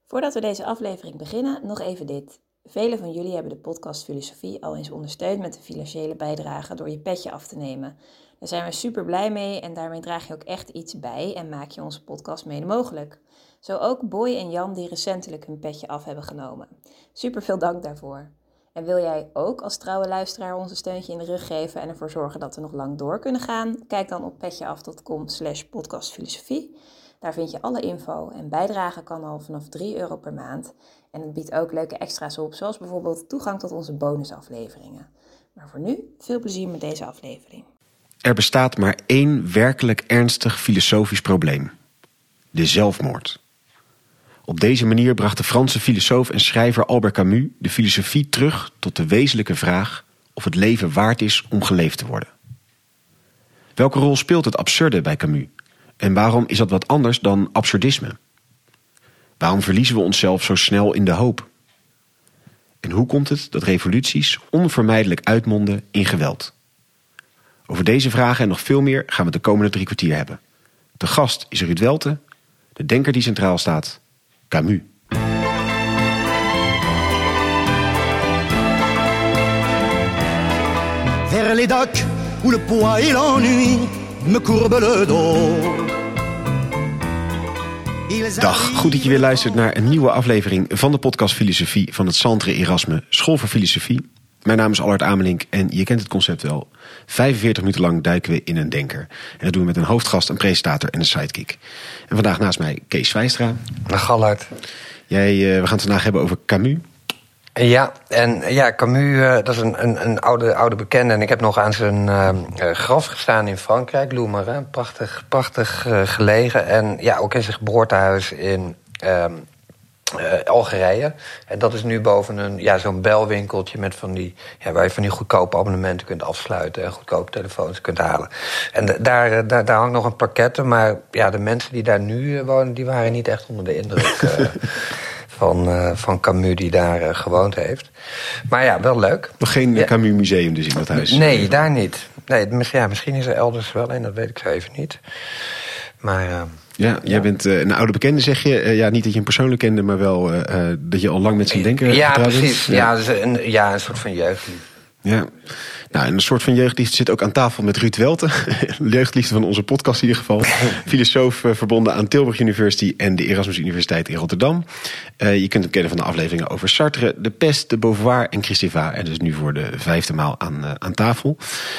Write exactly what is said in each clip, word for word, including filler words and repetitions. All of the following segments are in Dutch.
Voordat we deze aflevering beginnen, nog even dit. Velen van jullie hebben de podcast Filosofie al eens ondersteund met een financiële bijdrage door je petje af te nemen. Daar zijn we super blij mee en daarmee draag je ook echt iets bij en maak je onze podcast mede mogelijk. Zo ook Boy en Jan die recentelijk hun petje af hebben genomen. Super veel dank daarvoor. En wil jij ook als trouwe luisteraar ons een steuntje in de rug geven en ervoor zorgen dat we nog lang door kunnen gaan? Kijk dan op petjeaf.com slash podcastfilosofie. Daar vind je alle info en bijdragen kan al vanaf drie euro per maand. En het biedt ook leuke extra's op, zoals bijvoorbeeld toegang tot onze bonusafleveringen. Maar voor nu, veel plezier met deze aflevering. Er bestaat maar één werkelijk ernstig filosofisch probleem: de zelfmoord. Op deze manier bracht de Franse filosoof en schrijver Albert Camus de filosofie terug tot de wezenlijke vraag of het leven waard is om geleefd te worden. Welke rol speelt het absurde bij Camus? En waarom is dat wat anders dan absurdisme? Waarom verliezen we onszelf zo snel in de hoop? En hoe komt het dat revoluties onvermijdelijk uitmonden in geweld? Over deze vragen en nog veel meer gaan we de komende drie kwartier hebben. De gast is Ruud Welte, de denker die centraal staat, Camus. Vers les docks où le poids et l'ennui me courbent le dos. Dag, goed dat je weer luistert naar een nieuwe aflevering van de podcast Filosofie van het Centre Erasme School voor Filosofie. Mijn naam is Allard Amelink en je kent het concept wel. vijfenveertig minuten lang duiken we in een denker. En dat doen we met een hoofdgast, een presentator en een sidekick. En vandaag naast mij Kees Zwijstra. Dag Allard. Jij, uh, we gaan het vandaag hebben over Camus. Ja, en ja, Camus, uh, dat is een, een, een oude, oude bekende. En ik heb nog aan zijn uh, graf gestaan in Frankrijk, Lourmarin. Prachtig, prachtig uh, gelegen. En ja, ook in zijn geboortehuis in uh, uh, Algerije. En dat is nu boven een, ja, zo'n belwinkeltje met van die, ja, waar je van die goedkope abonnementen kunt afsluiten en goedkope telefoons kunt halen. En d- daar, uh, daar, daar hangt nog een parkette, maar ja, de mensen die daar nu uh, wonen, die waren niet echt onder de indruk. Uh, Van, uh, van Camus die daar uh, gewoond heeft. Maar ja, wel leuk. Nog geen ja. Camus museum dus in dat huis? Nee, daar niet. Nee, ja, misschien is er elders wel een, dat weet ik zo even niet. Maar uh, ja, jij ja. bent uh, een oude bekende, zeg je. Uh, ja, niet dat je hem persoonlijk kende, maar wel uh, uh, dat je al lang met zijn denken ja, getrouwd bent. precies. Ja, ja, dus een, ja, een soort van jeugdliefde. Ja. Nou, en een soort van jeugdliefde zit ook aan tafel met Ruud Welte. Jeugdliefde van onze podcast in ieder geval. Filosoof uh, verbonden aan Tilburg University en de Erasmus Universiteit in Rotterdam. Uh, je kunt hem kennen van de afleveringen over Sartre, de Pest, de Beauvoir en Christeva. En dus nu voor de vijfde maal aan, uh, aan tafel.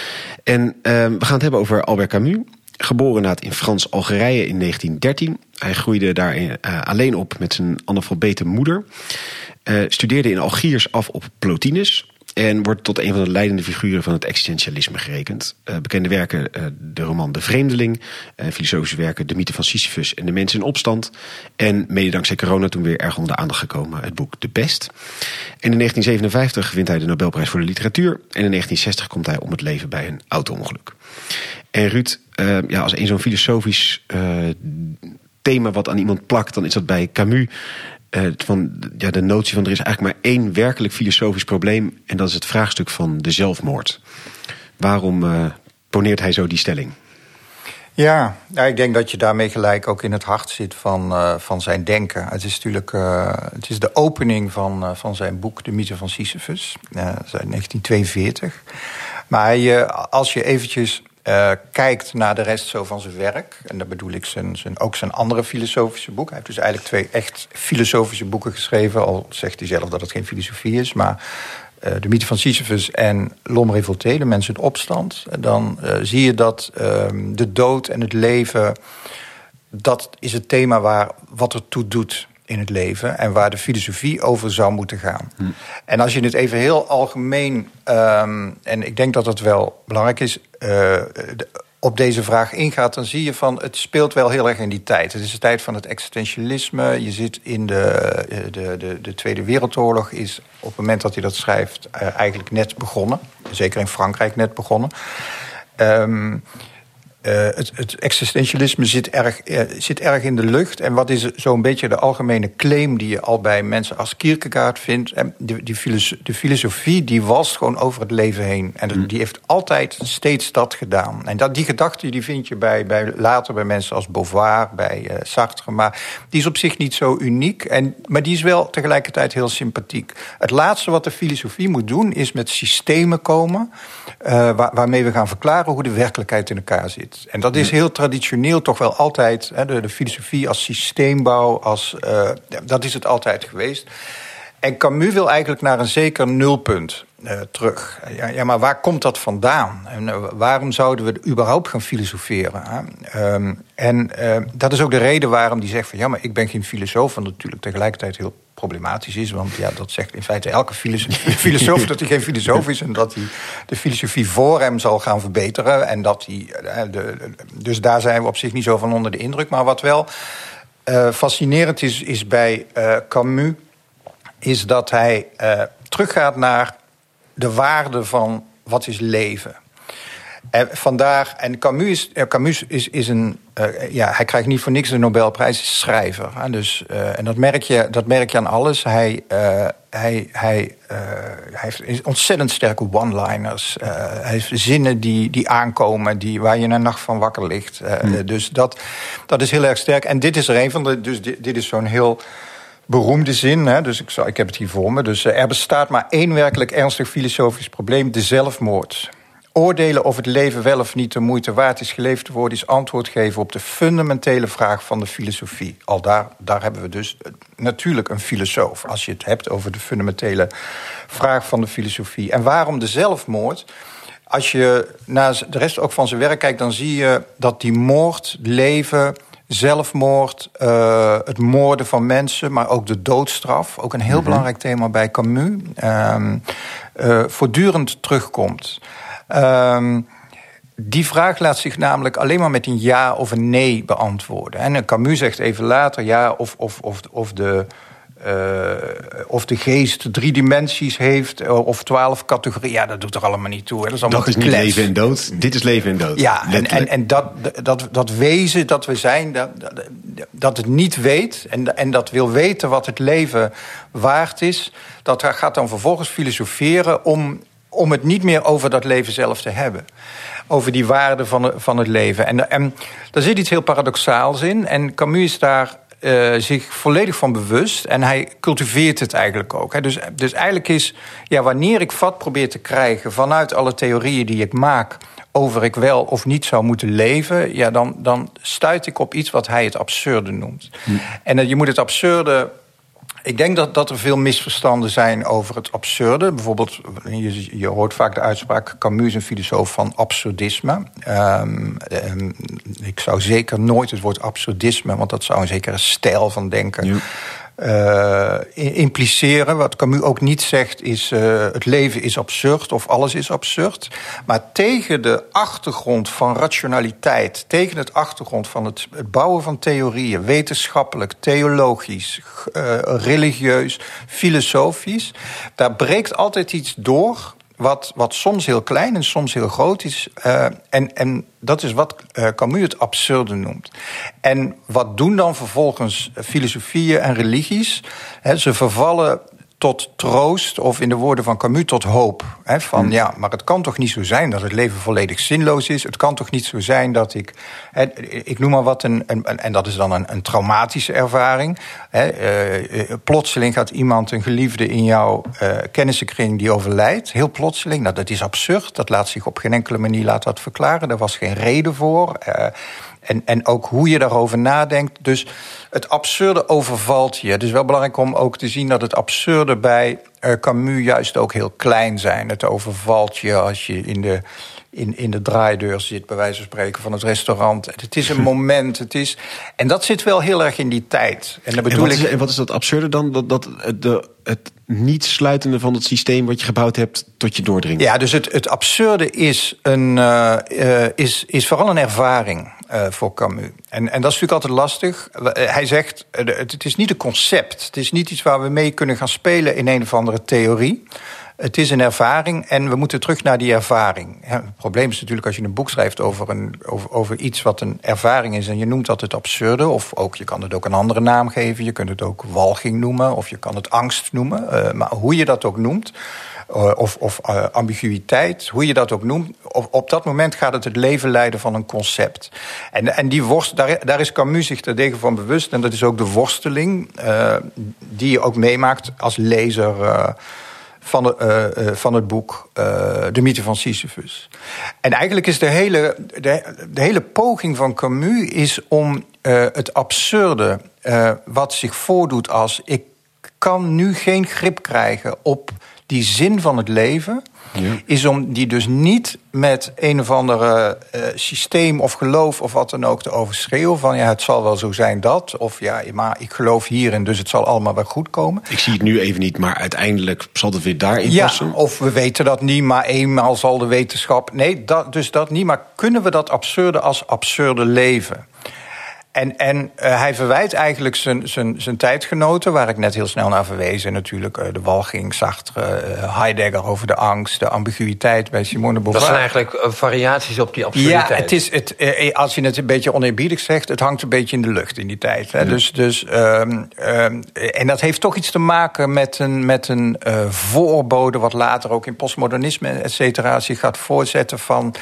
En uh, we gaan het hebben over Albert Camus. Geboren na het in Frans-Algerije in negentien dertien. Hij groeide daar uh, alleen op met zijn analfabete moeder. Uh, studeerde in Algiers af op Plotinus. En wordt tot een van de leidende figuren van het existentialisme gerekend. Uh, bekende werken, uh, de roman De Vreemdeling. Uh, filosofische werken De Mythe van Sisyphus en De Mens in Opstand. En mede dankzij corona toen weer erg onder de aandacht gekomen het boek De Pest. En in negentien zevenenvijftig wint hij de Nobelprijs voor de literatuur. En in negentien zestig komt hij om het leven bij een auto-ongeluk. En Ruud, uh, ja, als een zo'n filosofisch uh, thema wat aan iemand plakt, dan is dat bij Camus Uh, van ja, de notie van er is eigenlijk maar één werkelijk filosofisch probleem. En dat is het vraagstuk van de zelfmoord. Waarom uh, poneert hij zo die stelling? Ja, ja, ik denk dat je daarmee gelijk ook in het hart zit van, uh, van zijn denken. Het is natuurlijk uh, het is de opening van, uh, van zijn boek De Mythe van Sisyphus. Uh, dat is uit negentien tweeënveertig. Maar uh, als je eventjes Uh, kijkt naar de rest zo van zijn werk, en daar bedoel ik zijn, zijn, ook zijn andere filosofische boeken. Hij heeft dus eigenlijk twee echt filosofische boeken geschreven, al zegt hij zelf dat het geen filosofie is, maar uh, De Mythe van Sisyphus en L'Homme Révolté, De Mens in Opstand. Dan uh, zie je dat uh, de dood en het leven, dat is het thema waar wat er toe doet in het leven en waar de filosofie over zou moeten gaan. Hm. En als je het even heel algemeen, um, en ik denk dat het wel belangrijk is, uh, de, op deze vraag ingaat, dan zie je van het speelt wel heel erg in die tijd. Het is de tijd van het existentialisme. Je zit in de, de, de, de Tweede Wereldoorlog is op het moment dat hij dat schrijft uh, eigenlijk net begonnen. Zeker in Frankrijk net begonnen. Um, Uh, het, het existentialisme zit erg, uh, zit erg in de lucht. En wat is zo'n beetje de algemene claim die je al bij mensen als Kierkegaard vindt? En die, die filoso- de filosofie die walst gewoon over het leven heen. En mm. die heeft altijd steeds dat gedaan. En dat, die gedachte die vind je bij, bij, later bij mensen als Beauvoir, bij uh, Sartre. Maar die is op zich niet zo uniek. En, maar die is wel tegelijkertijd heel sympathiek. Het laatste wat de filosofie moet doen is met systemen komen Uh, waar, waarmee we gaan verklaren hoe de werkelijkheid in elkaar zit. En dat is heel traditioneel toch wel altijd, hè, de, de filosofie als systeembouw, als, uh, dat is het altijd geweest. En Camus wil eigenlijk naar een zeker nulpunt uh, terug. Ja, ja, maar waar komt dat vandaan? En uh, waarom zouden we überhaupt gaan filosoferen? Hè? Um, en uh, dat is ook de reden waarom die zegt van ja, maar ik ben geen filosoof, wat natuurlijk tegelijkertijd heel problematisch is, want ja, dat zegt in feite elke filosoof, filosoof dat hij geen filosoof is en dat hij de filosofie voor hem zal gaan verbeteren. En dat hij, de, dus daar zijn we op zich niet zo van onder de indruk. Maar wat wel uh, fascinerend is, is bij uh, Camus, is dat hij uh, teruggaat naar de waarde van wat is leven. En vandaar, en Camus is, Camus is, is een, uh, ja, hij krijgt niet voor niks de Nobelprijs, is schrijver. Hè? Dus, uh, en dat merk je, dat merk je aan alles. Hij, uh, hij, hij, uh, hij heeft ontzettend sterke one-liners. Uh, hij heeft zinnen die, die aankomen, die, waar je een nacht van wakker ligt. Uh, hmm. Dus dat, dat is heel erg sterk. En dit is er een van de, dus dit, dit is zo'n heel beroemde zin, hè? Dus ik, zal, ik heb het hier voor me. Dus uh, er bestaat maar één werkelijk ernstig filosofisch probleem, de zelfmoord. Oordelen of het leven wel of niet de moeite waard is geleefd te worden, is antwoord geven op de fundamentele vraag van de filosofie. Al daar, daar hebben we dus natuurlijk een filosoof, als je het hebt over de fundamentele vraag van de filosofie. En waarom de zelfmoord? Als je naar de rest ook van zijn werk kijkt, dan zie je dat die moord, leven, zelfmoord, uh, het moorden van mensen, maar ook de doodstraf, ook een heel mm-hmm. belangrijk thema bij Camus, um, uh, voortdurend terugkomt. Um, die vraag laat zich namelijk alleen maar met een ja of een nee beantwoorden. En Camus zegt even later ja, of, of, of, of, de, uh, of de geest drie dimensies heeft, of twaalf categorieën. Ja, dat doet er allemaal niet toe. Hè. Dat is, allemaal dat is niet leven en dood, dit is leven en dood. Ja, en, en, en dat, dat, dat wezen dat we zijn, dat, dat het niet weet en, en dat wil weten wat het leven waard is, dat gaat dan vervolgens filosoferen om om het niet meer over dat leven zelf te hebben. Over die waarde van, van het leven. En, en daar zit iets heel paradoxaals in. En Camus is daar uh, zich volledig van bewust. En hij cultiveert het eigenlijk ook. Hè. Dus, dus eigenlijk is, ja, wanneer ik vat probeer te krijgen vanuit alle theorieën die ik maak over ik wel of niet zou moeten leven, ja, dan, dan stuit ik op iets wat hij het absurde noemt. Hm. En uh, je moet het absurde. Ik denk dat, dat er veel misverstanden zijn over het absurde. Bijvoorbeeld, je, je hoort vaak de uitspraak, Camus is een filosoof van absurdisme. Um, um, ik zou zeker nooit het woord absurdisme, want dat zou een zekere stijl van denken ja. Uh, impliceren. Wat Camus ook niet zegt is, uh, het leven is absurd of alles is absurd. Maar tegen de achtergrond van rationaliteit, tegen het achtergrond van het, het bouwen van theorieën, wetenschappelijk, theologisch, uh, religieus, filosofisch, daar breekt altijd iets door Wat, wat soms heel klein en soms heel groot is. Uh, en, en dat is wat uh, Camus het absurde noemt. En wat doen dan vervolgens filosofieën en religies? He, ze vervallen tot troost, of in de woorden van Camus, tot hoop. He, van hmm. ja, maar het kan toch niet zo zijn dat het leven volledig zinloos is? Het kan toch niet zo zijn dat ik, he, ik noem maar wat, een, een, en dat is dan een, een traumatische ervaring. He, uh, plotseling gaat iemand, een geliefde in jouw uh, kennissenkring, die overlijdt. Heel plotseling, nou, dat is absurd. Dat laat zich op geen enkele manier laten dat verklaren. Daar was geen reden voor. Uh, En, en ook hoe je daarover nadenkt. Dus het absurde overvalt je. Het is wel belangrijk om ook te zien dat het absurde bij uh, Camus juist ook heel klein zijn. Het overvalt je als je in de, in, in de draaideur zit, bij wijze van spreken, van het restaurant. Het is een moment. Het is, en dat zit wel heel erg in die tijd. En, dat bedoel en, wat, is, ik, en wat is dat absurde dan? Dat, dat de, het niet sluitende van het systeem wat je gebouwd hebt tot je doordringt. Ja, dus het, het absurde is, een, uh, uh, is, is vooral een ervaring. Uh, voor Camus. En, en dat is natuurlijk altijd lastig. Uh, hij zegt, uh, het, het is niet een concept. Het is niet iets waar we mee kunnen gaan spelen in een of andere theorie. Het is een ervaring en we moeten terug naar die ervaring. Ja, het probleem is natuurlijk als je een boek schrijft over, een, over, over iets wat een ervaring is en je noemt dat het absurde, of ook je kan het ook een andere naam geven, je kunt het ook walging noemen of je kan het angst noemen. Uh, maar hoe je dat ook noemt, uh, of, of uh, ambiguïteit, hoe je dat ook noemt, op, op dat moment gaat het het leven leiden van een concept. En, en die worst, daar, daar is Camus zich terdege van bewust en dat is ook de worsteling uh, die je ook meemaakt als lezer Uh, Van, de, uh, uh, van het boek uh, De mythe van Sisyphus. En eigenlijk is de hele, de, de hele poging van Camus is om uh, het absurde uh, wat zich voordoet als ik kan nu geen grip krijgen op die zin van het leven, ja. is om die dus niet met een of andere uh, systeem of geloof of wat dan ook te overschreeuwen van ja, het zal wel zo zijn dat, of ja, maar ik geloof hierin, dus het zal allemaal wel goed komen. Ik zie het nu even niet, maar uiteindelijk zal het weer daarin ja, passen. Of we weten dat niet, maar eenmaal zal de wetenschap. Nee, dat, dus dat niet, maar kunnen we dat absurde als absurde leven? En, en uh, hij verwijt eigenlijk zijn, zijn, zijn tijdgenoten, waar ik net heel snel naar verwees, en natuurlijk uh, de walging, Sartre, uh, Heidegger over de angst, de ambiguïteit bij Simone de Beauvoir. Dat zijn eigenlijk uh, variaties op die absurditeit. Ja, het is, het, uh, als je het een beetje oneerbiedig zegt, het hangt een beetje in de lucht in die tijd. Hè. Ja. Dus, dus, um, um, en dat heeft toch iets te maken met een, met een uh, voorbode, wat later ook in postmodernisme, et cetera, zich gaat voortzetten van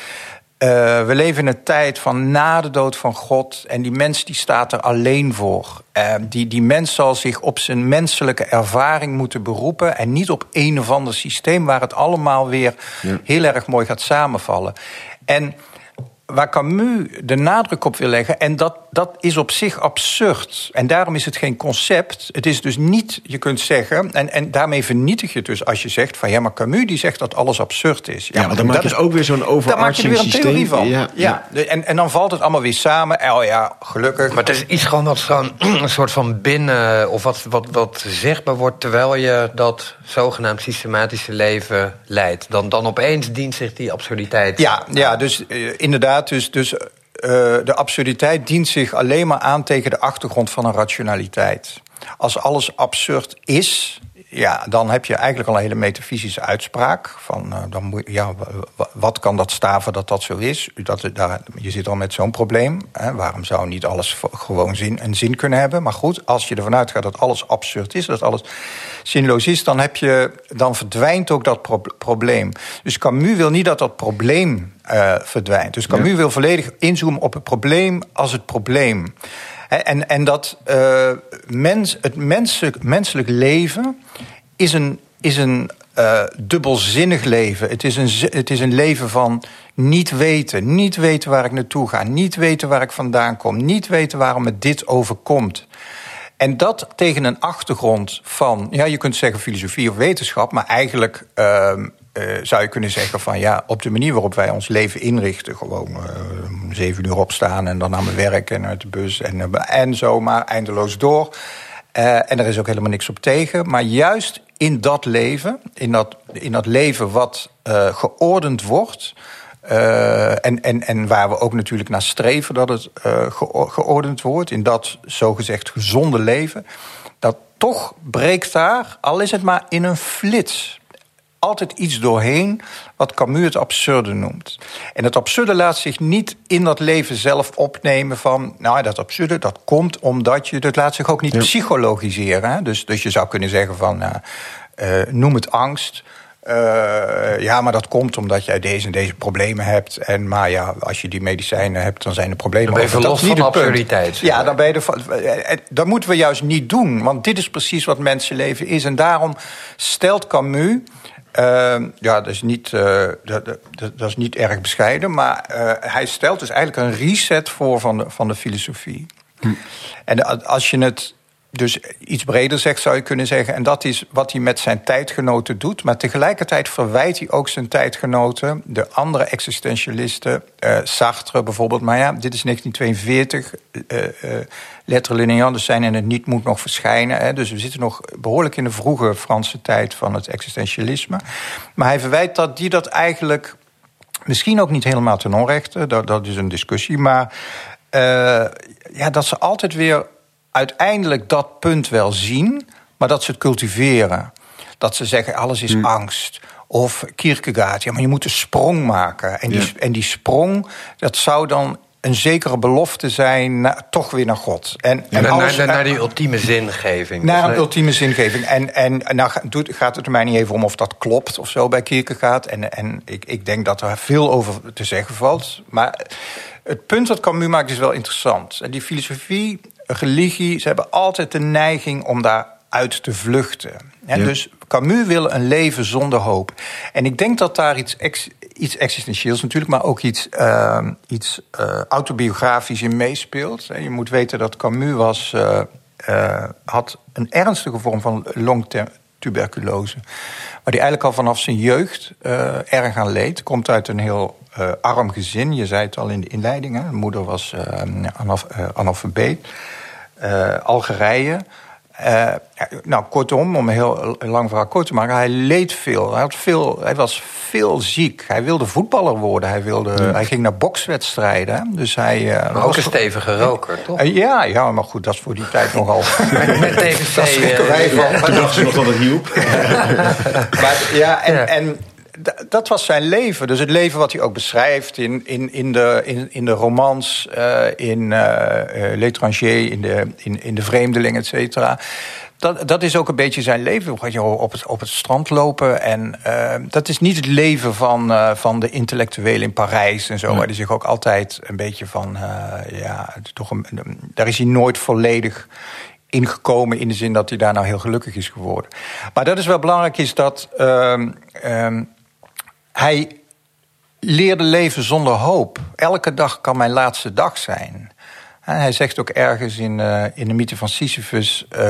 Uh, we leven in een tijd van na de dood van God en die mens die staat er alleen voor. Uh, die, die mens zal zich op zijn menselijke ervaring moeten beroepen en niet op een of ander systeem waar het allemaal weer ja. heel erg mooi gaat samenvallen. En waar Camus de nadruk op wil leggen, en dat, dat is op zich absurd. En daarom is het geen concept. Het is dus niet, je kunt zeggen, en, en daarmee vernietig je het dus als je zegt van ja, maar Camus die zegt dat alles absurd is. Ja, ja maar dan maak je dus ook weer zo'n overarching systeem. Daar maak je er weer een theorie van. Ja, ja. En, en dan valt het allemaal weer samen. Oh ja, gelukkig. Maar het is iets gewoon wat zo'n een soort van binnen, of wat, wat, wat zichtbaar wordt terwijl je dat zogenaamd systematische leven leidt. Dan, dan opeens dient zich die absurditeit. Ja, ja dus uh, inderdaad. Dus, dus uh, de absurditeit dient zich alleen maar aan tegen de achtergrond van een rationaliteit. Als alles absurd is, ja, dan heb je eigenlijk al een hele metafysische uitspraak. Van, uh, dan moet, ja, wat kan dat staven dat dat zo is? Dat, daar, je zit al met zo'n probleem. Hè? Waarom zou niet alles gewoon zin, een zin kunnen hebben? Maar goed, als je ervan uitgaat dat alles absurd is, dat alles zinloos is, dan, heb je, dan verdwijnt ook dat pro- probleem. Dus Camus wil niet dat dat probleem uh, verdwijnt. Dus Camus ja. wil volledig inzoomen op het probleem als het probleem. En, en dat uh, mens, het menselijk, menselijk leven is een, is een uh, dubbelzinnig leven. Het is, een, het is een leven van niet weten. Niet weten waar ik naartoe ga. Niet weten waar ik vandaan kom. Niet weten waarom me dit overkomt. En dat tegen een achtergrond van, ja, je kunt zeggen filosofie of wetenschap, maar eigenlijk Uh, Uh, zou je kunnen zeggen van ja, op de manier waarop wij ons leven inrichten, gewoon uh, zeven uur opstaan en dan naar mijn werk en uit de bus en, uh, en zo maar eindeloos door. Uh, en er is ook helemaal niks op tegen. Maar juist in dat leven, in dat, in dat leven wat uh, geordend wordt, Uh, en, en, en waar we ook natuurlijk naar streven dat het uh, geordend wordt, in dat zogezegd gezonde leven, dat toch breekt daar, al is het maar in een flits, altijd iets doorheen wat Camus het absurde noemt. En het absurde laat zich niet in dat leven zelf opnemen van, nou, dat absurde, dat komt omdat je, dat laat zich ook niet ja. psychologiseren. Hè? Dus, dus je zou kunnen zeggen van, uh, uh, noem het angst. Uh, ja, maar dat komt omdat jij deze en deze problemen hebt. En maar ja, als je die medicijnen hebt, dan zijn de problemen. Dan ben je verlost van absurditeit. Ja, dan ben je de, dat moeten we juist niet doen. Want dit is precies wat mensenleven is. En daarom stelt Camus, Uh, ja, dat is, niet, uh, dat, dat, dat is niet erg bescheiden, maar uh, hij stelt dus eigenlijk een reset voor van de, van de filosofie. Hm. En als je het dus iets breder zegt, zou je kunnen zeggen, en dat is wat hij met zijn tijdgenoten doet, maar tegelijkertijd verwijt hij ook zijn tijdgenoten, de andere existentialisten, uh, Sartre bijvoorbeeld, maar ja, dit is negentien tweeënveertig, uh, uh, Lettres linéantes zijn en het niet moet nog verschijnen. Hè, dus we zitten nog behoorlijk in de vroege Franse tijd van het existentialisme. Maar hij verwijt dat die dat eigenlijk, misschien ook niet helemaal ten onrechte, dat, dat is een discussie, maar uh, ja, dat ze altijd weer uiteindelijk dat punt wel zien, maar dat ze het cultiveren. dat ze zeggen alles is hmm. angst. Of Kierkegaard, ja, maar je moet een sprong maken. En die, ja. en die sprong, dat zou dan een zekere belofte zijn, na, toch weer naar God. En, ja, en naar, alles, naar, naar die ultieme zingeving. Naar dus een ultieme zingeving. En, en nou gaat het er mij niet even om of dat klopt of zo bij Kierkegaard. En, en ik, ik denk dat er veel over te zeggen valt. Maar het punt dat Camus maakt is wel interessant. En die filosofie, religie, ze hebben altijd de neiging om daar uit te vluchten. Ja, ja. Dus Camus wil een leven zonder hoop. En ik denk dat daar iets, ex, iets existentieels natuurlijk, maar ook iets, uh, iets uh, autobiografisch in meespeelt. Je moet weten dat Camus was, uh, uh, had een ernstige vorm van longtuberculose. Waar hij eigenlijk al vanaf zijn jeugd uh, erg aan leed. Komt uit een heel uh, arm gezin. Je zei het al in de inleiding. Hè? De moeder was uh, anaf, uh, analfabeet. Uh, Algerije. Uh, nou, kortom, om een heel lang verhaal kort te maken, hij leed veel. Hij, had veel. hij was veel ziek. Hij wilde voetballer worden. Hij, wilde, ja. hij ging naar bokswedstrijden. Dus hij, uh, maar ook was een stevige roker, toch? Uh, ja, ja, maar goed, dat is voor die tijd nogal. Met T V C. Dat schrikken wij van. Toen dachten ze nog dat het hielp. Maar ja, en... Ja. en dat was zijn leven. Dus het leven wat hij ook beschrijft in, in, in, de, in, in de romans, uh, in uh, uh, L'Étranger, in de, in, in de Vreemdeling, et cetera. Dat, dat is ook een beetje zijn leven. Op het, op het strand lopen. En uh, dat is niet het leven van, uh, van de intellectueel in Parijs en zo. Ja. Waar hij zich ook altijd een beetje van... Uh, ja, toch een, daar is hij nooit volledig ingekomen in de zin dat hij daar nou heel gelukkig is geworden. Maar dat is wel belangrijk, is dat... Uh, uh, Hij leerde leven zonder hoop. Elke dag kan mijn laatste dag zijn. Hij zegt ook ergens in, uh, in de mythe van Sisyphus... Uh,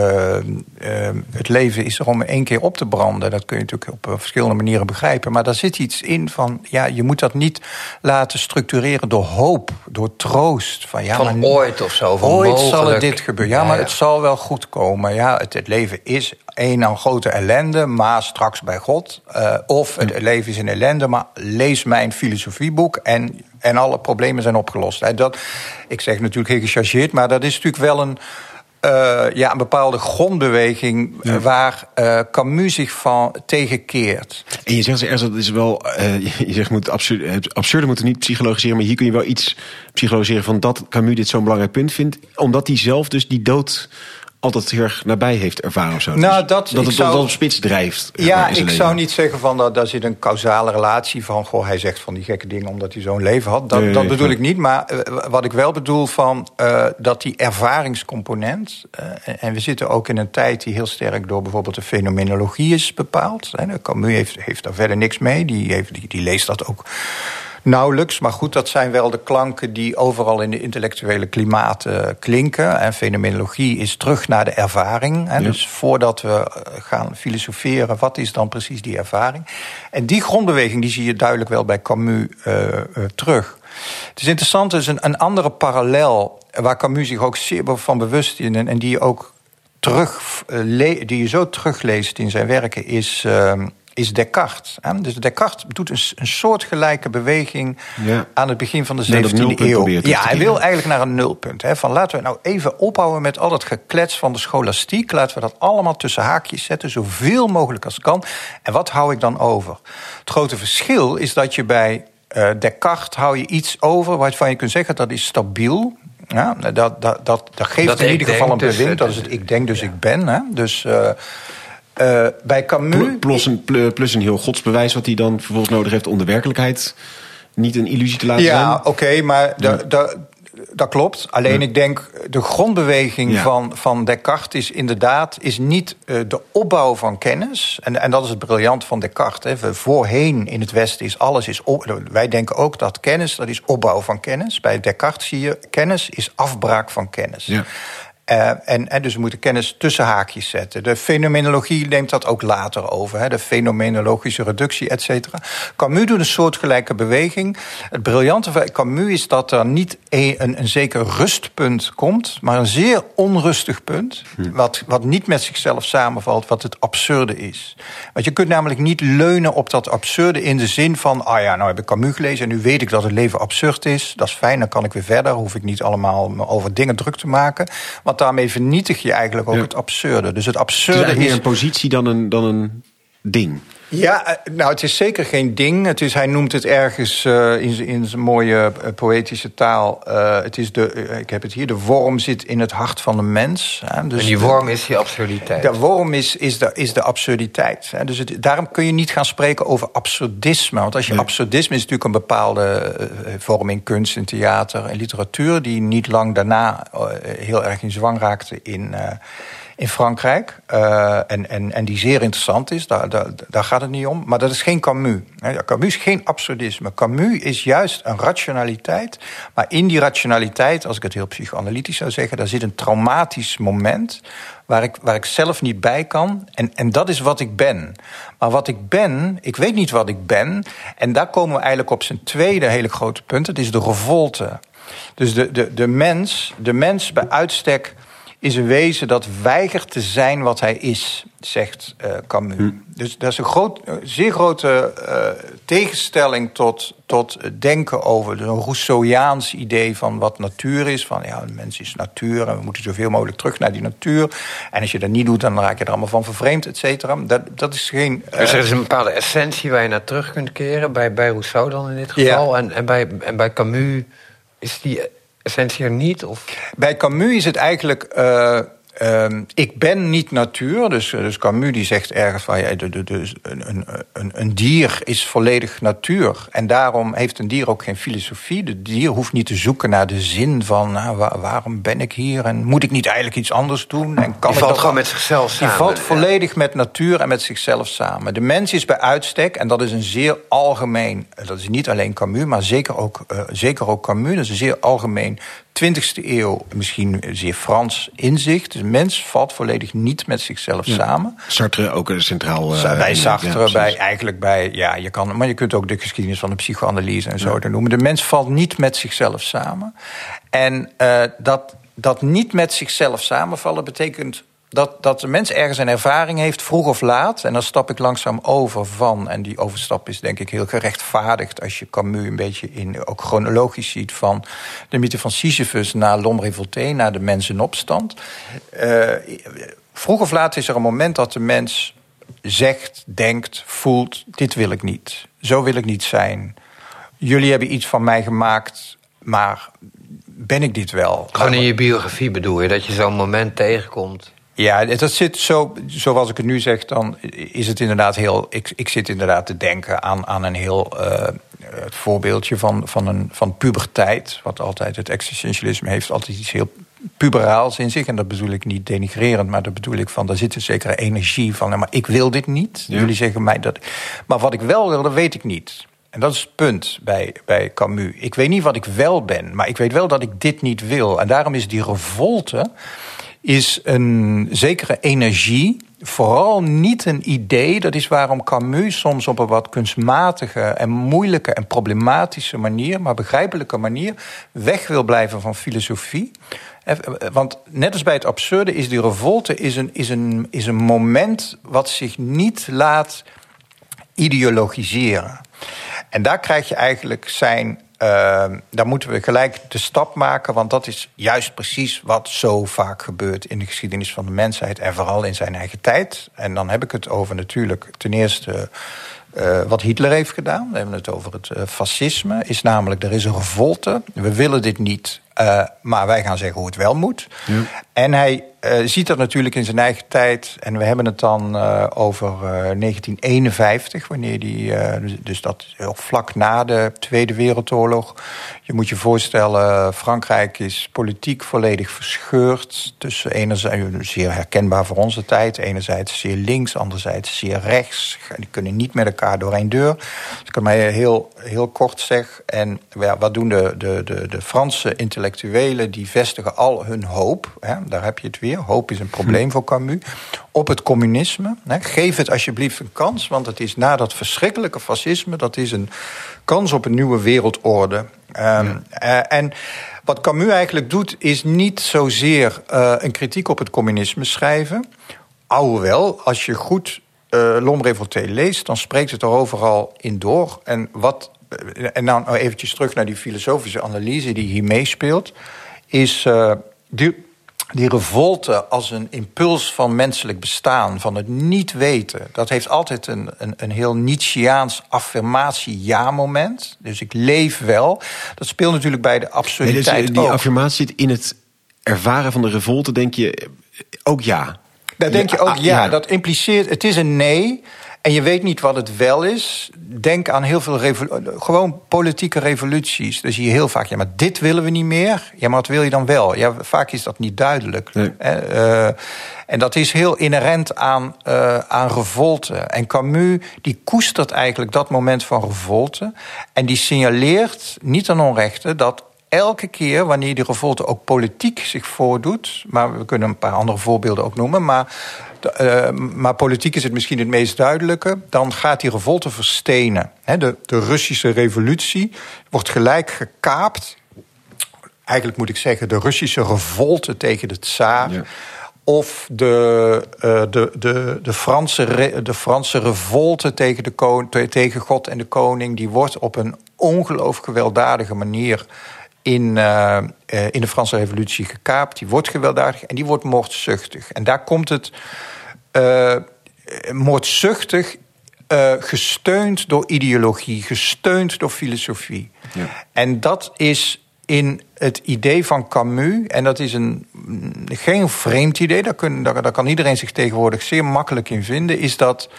uh, het leven is er om één keer op te branden. Dat kun je natuurlijk op uh, verschillende manieren begrijpen. Maar daar zit iets in van... ja, je moet dat niet laten structureren door hoop, door troost. Van, ja, van maar, ooit of zo. Van ooit mogelijk. zal er dit gebeuren. Ja, maar ja, ja. het zal wel goed komen. Ja, het, het leven is één aan grote ellende, maar straks bij God. Uh, of het ja. leven is een ellende, maar lees mijn filosofieboek... en En alle problemen zijn opgelost. Dat, ik zeg natuurlijk heel gechargeerd, maar dat is natuurlijk wel een, uh, ja, een bepaalde grondbeweging... Ja. waar uh, Camus zich van tegenkeert. En je zegt ergens, dat is wel, uh, je zegt moet absurde, het absurde moeten niet psychologiseren... maar hier kun je wel iets psychologiseren van dat Camus dit zo'n belangrijk punt vindt... omdat hij zelf dus die dood... altijd heel erg nabij heeft ervaren of zo. Nou, dus dat, dat het zou, dat op spits drijft. Ja, ik zou niet zeggen van dat daar zit een causale relatie van... goh, hij zegt van die gekke dingen omdat hij zo'n leven had. Dat, nee, dat bedoel nee. ik niet, maar uh, wat ik wel bedoel van... Uh, dat die ervaringscomponent... Uh, en we zitten ook in een tijd die heel sterk door bijvoorbeeld de fenomenologie is bepaald. Hè. Camus heeft, heeft daar verder niks mee. Die, heeft, die, die leest dat ook... nauwelijks, maar goed, dat zijn wel de klanken... die overal in de intellectuele klimaat uh, klinken. En fenomenologie is terug naar de ervaring. Hè, ja. Dus voordat we gaan filosoferen... wat is dan precies die ervaring? En die grondbeweging die zie je duidelijk wel bij Camus uh, uh, terug. Het is interessant, dus een, een andere parallel... waar Camus zich ook zeer van bewust is... en, en die je ook terug, uh, le- die je zo terugleest in zijn werken... is... Uh, is Descartes. Dus Descartes doet een, een soortgelijke beweging... Ja. aan het begin van de zeventiende eeuw. Ja, hij wil eigenlijk naar een nulpunt. Hè, van laten we nou even ophouden met al dat geklets van de scholastiek. Laten we dat allemaal tussen haakjes zetten, zoveel mogelijk als kan. En wat hou ik dan over? Het grote verschil is dat je bij uh, Descartes... hou je iets over waarvan je kunt zeggen dat is stabiel... Ja, dat, dat, dat, dat geeft dat in ieder geval een bewind. Dus, dat is het ik denk, dus ja. ik ben. Hè. Dus... Uh, Uh, bij Camus... Plus een, plus een heel godsbewijs wat hij dan vervolgens nodig heeft... om de werkelijkheid niet een illusie te laten ja, zijn. Ja, oké, okay, maar ja. da, da, dat klopt. Alleen ja. ik denk, de grondbeweging ja. van, van Descartes is inderdaad... is niet uh, de opbouw van kennis. En, en dat is het briljant van Descartes. Hè. Voorheen in het Westen is alles... Is op, wij denken ook dat kennis, dat is opbouw van kennis. Bij Descartes zie je, kennis is afbraak van kennis. Ja. Uh, en, en dus we moeten kennis tussen haakjes zetten. De fenomenologie neemt dat ook later over. Hè, de fenomenologische reductie, et cetera. Camus doet een soortgelijke beweging. Het briljante van Camus is dat er niet een, een, een zeker rustpunt komt... maar een zeer onrustig punt... Hm. Wat, wat niet met zichzelf samenvalt, wat het absurde is. Want je kunt namelijk niet leunen op dat absurde... in de zin van, ah ja, nou heb ik Camus gelezen... en nu weet ik dat het leven absurd is. Dat is fijn, dan kan ik weer verder. Hoef ik niet allemaal over dingen druk te maken... Want daarmee vernietig je eigenlijk ook ja. het absurde. Dus het absurde het is... is meer een positie dan een, dan een ding? Ja, nou, het is zeker geen ding. Het is, hij noemt het ergens uh, in, in zijn mooie uh, poëtische taal. Uh, het is de, uh, ik heb het hier, de worm zit in het hart van de mens. Hè. Dus en die worm is die absurditeit. De worm is, is, de, is de absurditeit. Hè. Dus het, daarom kun je niet gaan spreken over absurdisme. Want als je nee. absurdisme is natuurlijk een bepaalde uh, vorm in kunst, in theater en literatuur, die niet lang daarna uh, heel erg in zwang raakte in... Uh, in Frankrijk, uh, en, en, en die zeer interessant is, daar, daar, daar gaat het niet om. Maar dat is geen Camus. Camus is geen absurdisme. Camus is juist een rationaliteit. Maar in die rationaliteit, als ik het heel psychoanalytisch zou zeggen, daar zit een traumatisch moment waar ik, waar ik zelf niet bij kan. En, en dat is wat ik ben. Maar wat ik ben, ik weet niet wat ik ben. En daar komen we eigenlijk op zijn tweede hele grote punt. Het is de revolte. Dus de, de, de mens, de mens bij uitstek is een wezen dat weigert te zijn wat hij is, zegt uh, Camus. Hm. Dus dat is een groot, zeer grote uh, tegenstelling tot, tot het denken over een Rousseauiaans idee van wat natuur is. Van ja, de mens is natuur en we moeten zoveel mogelijk terug naar die natuur. En als je dat niet doet, dan raak je er allemaal van vervreemd, et cetera. Dat, dat is geen... Uh... Dus er is een bepaalde essentie waar je naar terug kunt keren, bij, bij Rousseau dan in dit geval. Ja. En, en, bij, en bij Camus is die essentie er niet? Of? Bij Camus is het eigenlijk... Uh, uh, ik ben niet natuur. Dus, dus Camus die zegt ergens van... Ja, de, de, de, een, een, een dier is volledig natuur. En daarom heeft een dier ook geen filosofie. De dier hoeft niet te zoeken naar de zin van... Nou, waar, waarom ben ik hier? En moet ik niet eigenlijk iets anders doen? En kan die ik valt dat gewoon met zichzelf samen. Die valt volledig ja. met natuur en met zichzelf samen. De mens is bij uitstek, en dat is een zeer algemeen... Dat is niet alleen Camus, maar zeker ook, uh, zeker ook Camus. Dat is een zeer algemeen... twintigste eeuw, misschien zeer Frans inzicht. De mens valt volledig niet met zichzelf ja. samen. Sartre ook een centraal... Uh, bij Sartre, ja, bij, eigenlijk bij... Ja, je kan, maar je kunt ook de geschiedenis van de psychoanalyse en zo ja. noemen. De mens valt niet met zichzelf samen. En uh, dat, dat niet met zichzelf samenvallen betekent... Dat, dat de mens ergens een ervaring heeft, vroeg of laat. En dan stap ik langzaam over van... en die overstap is denk ik heel gerechtvaardigd... als je Camus een beetje in, ook chronologisch ziet... van de mythe van Sisyphus naar L'Homme Révolté... naar de mens in opstand. Uh, vroeg of laat is er een moment dat de mens zegt, denkt, voelt... dit wil ik niet, zo wil ik niet zijn. Jullie hebben iets van mij gemaakt, maar ben ik dit wel? Gewoon in je biografie bedoel je, dat je zo'n moment tegenkomt... Ja, dat zit zo, zoals ik het nu zeg, dan is het inderdaad heel... Ik, ik zit inderdaad te denken aan, aan een heel uh, het voorbeeldje van, van, een, van puberteit. Wat altijd, het existentialisme heeft altijd iets heel puberaals in zich. En dat bedoel ik niet denigrerend, maar dat bedoel ik van... daar zit een zekere energie van, nou, maar ik wil dit niet. Ja. Jullie zeggen mij dat... Maar wat ik wel wil, dat weet ik niet. En dat is het punt bij, bij Camus. Ik weet niet wat ik wel ben, maar ik weet wel dat ik dit niet wil. En daarom is die revolte... is een zekere energie, vooral niet een idee. Dat is waarom Camus soms op een wat kunstmatige en moeilijke en problematische manier... maar begrijpelijke manier weg wil blijven van filosofie. Want net als bij het absurde is die revolte is een, is een, is een moment... wat zich niet laat ideologiseren. En daar krijg je eigenlijk zijn... Uh, daar moeten we gelijk de stap maken, want dat is juist precies wat zo vaak gebeurt in de geschiedenis van de mensheid en vooral in zijn eigen tijd. En dan heb ik het over natuurlijk ten eerste uh, wat Hitler heeft gedaan. Dan hebben we het over het uh, fascisme. Is namelijk, er is een revolte. We willen dit niet, uh, maar wij gaan zeggen hoe het wel moet. Ja. En hij uh, ziet dat natuurlijk in zijn eigen tijd. En we hebben het dan uh, over uh, negentien eenenvijftig, wanneer die, uh, dus dat heel vlak na de Tweede Wereldoorlog. Je moet je voorstellen, Frankrijk is politiek volledig verscheurd. Tussen enerzijds, zeer herkenbaar voor onze tijd, enerzijds zeer links, anderzijds zeer rechts. Die kunnen niet met elkaar door één deur. Dus ik kan maar heel, heel kort zeggen. En ja, wat doen de, de, de, de Franse intellectuelen? Die vestigen al hun hoop. Hè, daar heb je het weer. Hoop is een probleem voor Camus. Op het communisme. Hè. Geef het alsjeblieft een kans, want het is na dat verschrikkelijke fascisme, dat is een kans op een nieuwe wereldorde. Um, ja. uh, en wat Camus eigenlijk doet, is niet zozeer uh, een kritiek op het communisme schrijven. Alhoewel, als je goed uh, L'Homme Révolté leest, dan spreekt het er overal in door. En, wat, uh, en dan eventjes terug naar die filosofische analyse die hier meespeelt, is... Uh, die, die revolte als een impuls van menselijk bestaan, van het niet weten, dat heeft altijd een, een, een heel Nietzscheaans affirmatie-ja-moment. Dus ik leef wel. Dat speelt natuurlijk bij de absurditeit nee, dus die ook. affirmatie zit in het ervaren van de revolte, denk je ook ja. Daar denk je ook ja, ja. Dat impliceert, het is een nee. En je weet niet wat het wel is. Denk aan heel veel revolu- gewoon politieke revoluties. Dan zie je heel vaak, ja, maar dit willen we niet meer. Ja, maar wat wil je dan wel? Ja, vaak is dat niet duidelijk. Nee. Uh, en dat is heel inherent aan, uh, aan revolte. En Camus, die koestert eigenlijk dat moment van revolte. En die signaleert, niet aan onrechte, dat elke keer wanneer die revolte ook politiek zich voordoet, maar we kunnen een paar andere voorbeelden ook noemen, maar, uh, maar politiek is het misschien het meest duidelijke, dan gaat die revolte verstenen. He, de, de Russische revolutie wordt gelijk gekaapt. Eigenlijk moet ik zeggen, de Russische revolte tegen de tsaar. Ja. Of de, uh, de, de, de, Franse re, de Franse revolte tegen, de kon, tegen God en de koning, die wordt op een ongelooflijk gewelddadige manier in, uh, uh, in de Franse revolutie gekaapt. Die wordt gewelddadig en die wordt moordzuchtig. En daar komt het uh, moordzuchtig uh, gesteund door ideologie, gesteund door filosofie. Ja. En dat is in het idee van Camus, en dat is een, geen vreemd idee, daar, kun, daar, daar kan iedereen zich tegenwoordig zeer makkelijk in vinden, is dat,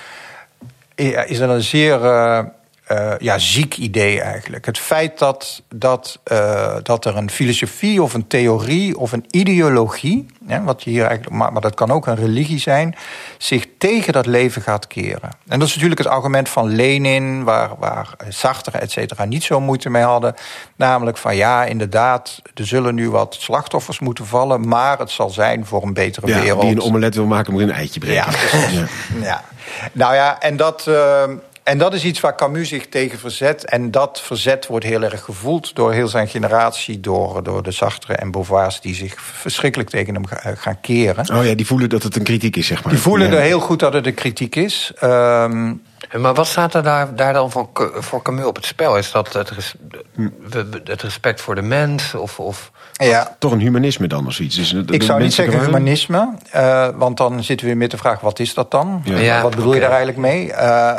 is dat een zeer uh, uh, ja, ziek idee eigenlijk. Het feit dat, dat, uh, dat er een filosofie of een theorie of een ideologie, ja, wat je hier eigenlijk, maar, maar dat kan ook een religie zijn, zich tegen dat leven gaat keren. En dat is natuurlijk het argument van Lenin, waar, waar Sartre et cetera niet zo moeite mee hadden. Namelijk van ja, inderdaad, er zullen nu wat slachtoffers moeten vallen, maar het zal zijn voor een betere ja, wereld. Die een omelet wil maken, moet een eitje breken. Ja, ja. ja. Nou ja, en dat, uh, en dat is iets waar Camus zich tegen verzet. En dat verzet wordt heel erg gevoeld door heel zijn generatie, door, door de Sartre en Beauvoirs die zich verschrikkelijk tegen hem gaan keren. Oh ja, die voelen dat het een kritiek is, zeg maar. Die voelen ja. er heel goed dat het een kritiek is. Um, Maar wat staat er daar, daar dan voor, voor Camus op het spel? Is dat het, res, het respect voor de mens? Of, of ja. Toch een humanisme dan of zoiets? Dus ik zou niet zeggen humanisme, uh, want dan zitten we weer met de vraag, wat is dat dan? Ja. Ja, wat bedoel okay. je daar eigenlijk mee? Uh,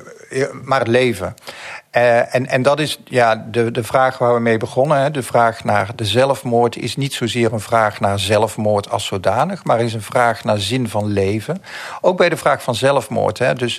maar het leven. Uh, en, en dat is ja, de, de vraag waar we mee begonnen. Hè. De vraag naar de zelfmoord is niet zozeer een vraag naar zelfmoord als zodanig, maar is een vraag naar zin van leven. Ook bij de vraag van zelfmoord. Hè. Dus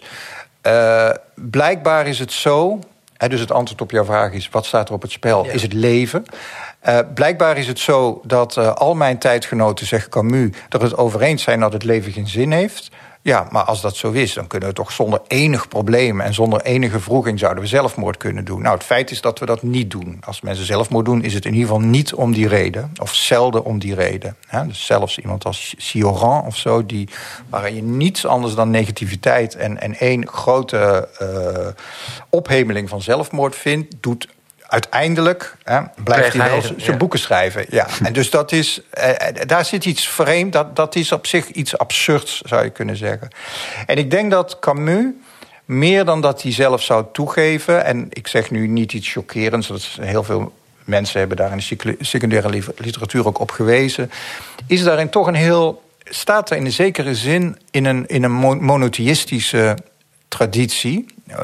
Uh, blijkbaar is het zo, hè, dus het antwoord op jouw vraag is, wat staat er op het spel, ja. is het leven. Uh, blijkbaar is het zo dat uh, al mijn tijdgenoten, zegt Camus, dat het over eens zijn dat het leven geen zin heeft. Ja, maar als dat zo is, dan kunnen we toch zonder enig probleem en zonder enige wroeging zouden we zelfmoord kunnen doen. Nou, het feit is dat we dat niet doen. Als mensen zelfmoord doen, is het in ieder geval niet om die reden. Of zelden om die reden. Ja, dus zelfs iemand als Cioran of zo, die, waarin je niets anders dan negativiteit en, en één grote uh, ophemeling van zelfmoord vindt, doet uiteindelijk hè, blijft hij wel zijn ja. boeken schrijven. Ja. En dus dat is, eh, daar zit iets vreemd. Dat, dat is op zich iets absurds, zou je kunnen zeggen. En ik denk dat Camus, meer dan dat hij zelf zou toegeven, en ik zeg nu niet iets chockerends, dat is heel veel mensen hebben daar in de secundaire literatuur ook op gewezen, is daarin toch een heel, staat er in een zekere zin in een, in een monotheïstische traditie.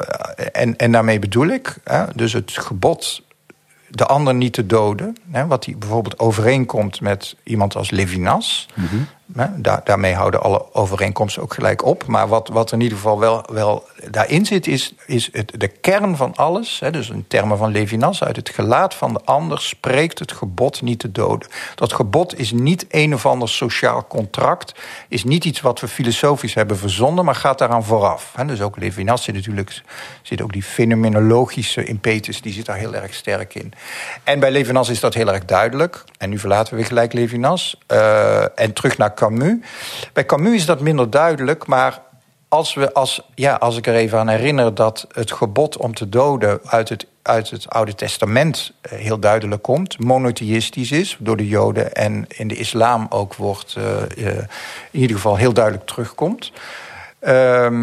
En, en daarmee bedoel ik, hè, dus het gebod de ander niet te doden, hè, wat die bijvoorbeeld overeenkomt met iemand als Levinas. Mm-hmm. Hè, daar, daarmee houden alle overeenkomsten ook gelijk op. Maar wat, wat er in ieder geval wel, wel daarin zit, is, is het, de kern van alles. Hè, dus in termen van Levinas, uit het gelaat van de ander spreekt het gebod niet te doden. Dat gebod is niet een of ander sociaal contract, is niet iets wat we filosofisch hebben verzonnen, maar gaat daaraan vooraf. Hè, dus ook Levinas zit natuurlijk, zit ook die fenomenologische impetus, die zit daar heel erg sterk in. En bij Levinas is dat heel erg duidelijk. En nu verlaten we weer gelijk Levinas. Uh, en terug naar Camus. Bij Camus is dat minder duidelijk, maar als, we, als, ja, als ik er even aan herinner dat het gebod om te doden uit het, uit het Oude Testament heel duidelijk komt, monotheïstisch is, door de Joden en in de islam ook wordt, uh, uh, in ieder geval heel duidelijk terugkomt. Um,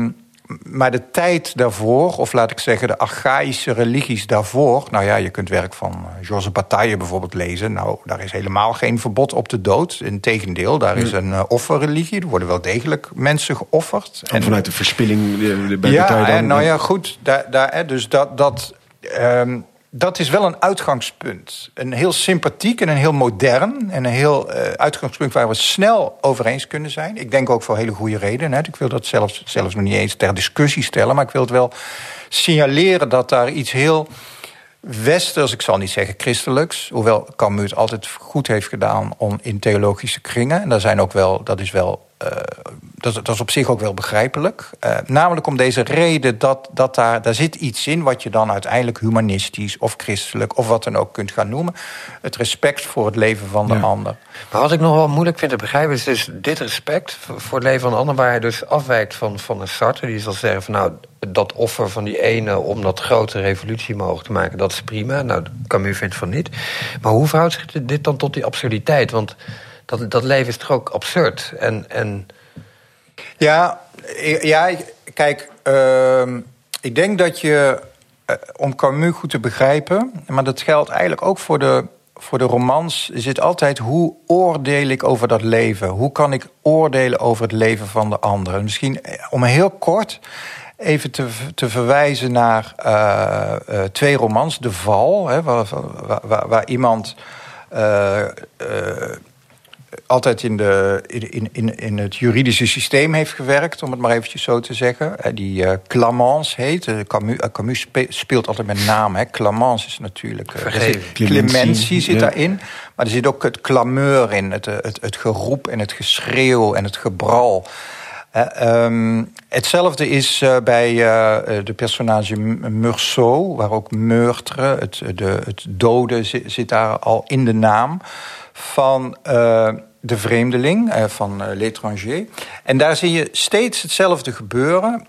maar de tijd daarvoor, of laat ik zeggen de archaïsche religies daarvoor... nou ja, je kunt werk van Georges Bataille bijvoorbeeld lezen. Nou, daar is helemaal geen verbod op de dood. Integendeel, daar is een uh, offerreligie. Er worden wel degelijk mensen geofferd. En vanuit de verspilling de, bij ja, Bataille dan... En, nou ja, goed, daar, daar, dus dat... dat um, Dat is wel een uitgangspunt. Een heel sympathiek en een heel modern... en een heel uh, uitgangspunt waar we snel over eens kunnen zijn. Ik denk ook voor hele goede redenen. Hè. Ik wil dat zelfs, zelfs nog niet eens ter discussie stellen... maar ik wil het wel signaleren dat daar iets heel westers... ik zal niet zeggen christelijks... hoewel Camus het altijd goed heeft gedaan om in theologische kringen... en daar zijn ook wel, dat is wel... Uh, dat, dat is op zich ook wel begrijpelijk. Uh, namelijk om deze reden dat, dat daar, daar zit iets in... wat je dan uiteindelijk humanistisch of christelijk... of wat dan ook kunt gaan noemen. Het respect voor het leven van de ja. ander. Maar wat ik nog wel moeilijk vind te begrijpen... is dus dit respect voor het leven van de ander... waar hij dus afwijkt van, van een Sartre. Die zal zeggen van nou, dat offer van die ene... om dat grote revolutie mogelijk te maken, dat is prima. Nou, Camus vindt van niet. Maar hoe verhoudt zich dit dan tot die absurditeit? Want... Dat, dat leven is toch ook absurd? En, en... Ja, ja, kijk, uh, ik denk dat je, uh, om Camus goed te begrijpen... maar dat geldt eigenlijk ook voor de, voor de romans... zit altijd, hoe oordeel ik over dat leven? Hoe kan ik oordelen over het leven van de ander? Misschien om heel kort even te, te verwijzen naar uh, uh, twee romans. De Val, hè, waar, waar, waar, waar iemand... Uh, uh, altijd in, de, in, in, in het juridische systeem heeft gewerkt... om het maar eventjes zo te zeggen. Die uh, Clamence heet. Camus, uh, Camus speelt altijd met naam. Hè. Clamence is natuurlijk... Uh, zit, clementie zit ja. daarin. Maar er zit ook het clameur in. Het, het, het geroep en het geschreeuw en het gebral. Uh, um, hetzelfde is uh, bij uh, de personage Meursault... waar ook meurtre, het, de, het doden, zit, zit daar al in de naam... van uh, de vreemdeling, uh, van uh, l'étranger. En daar zie je steeds hetzelfde gebeuren.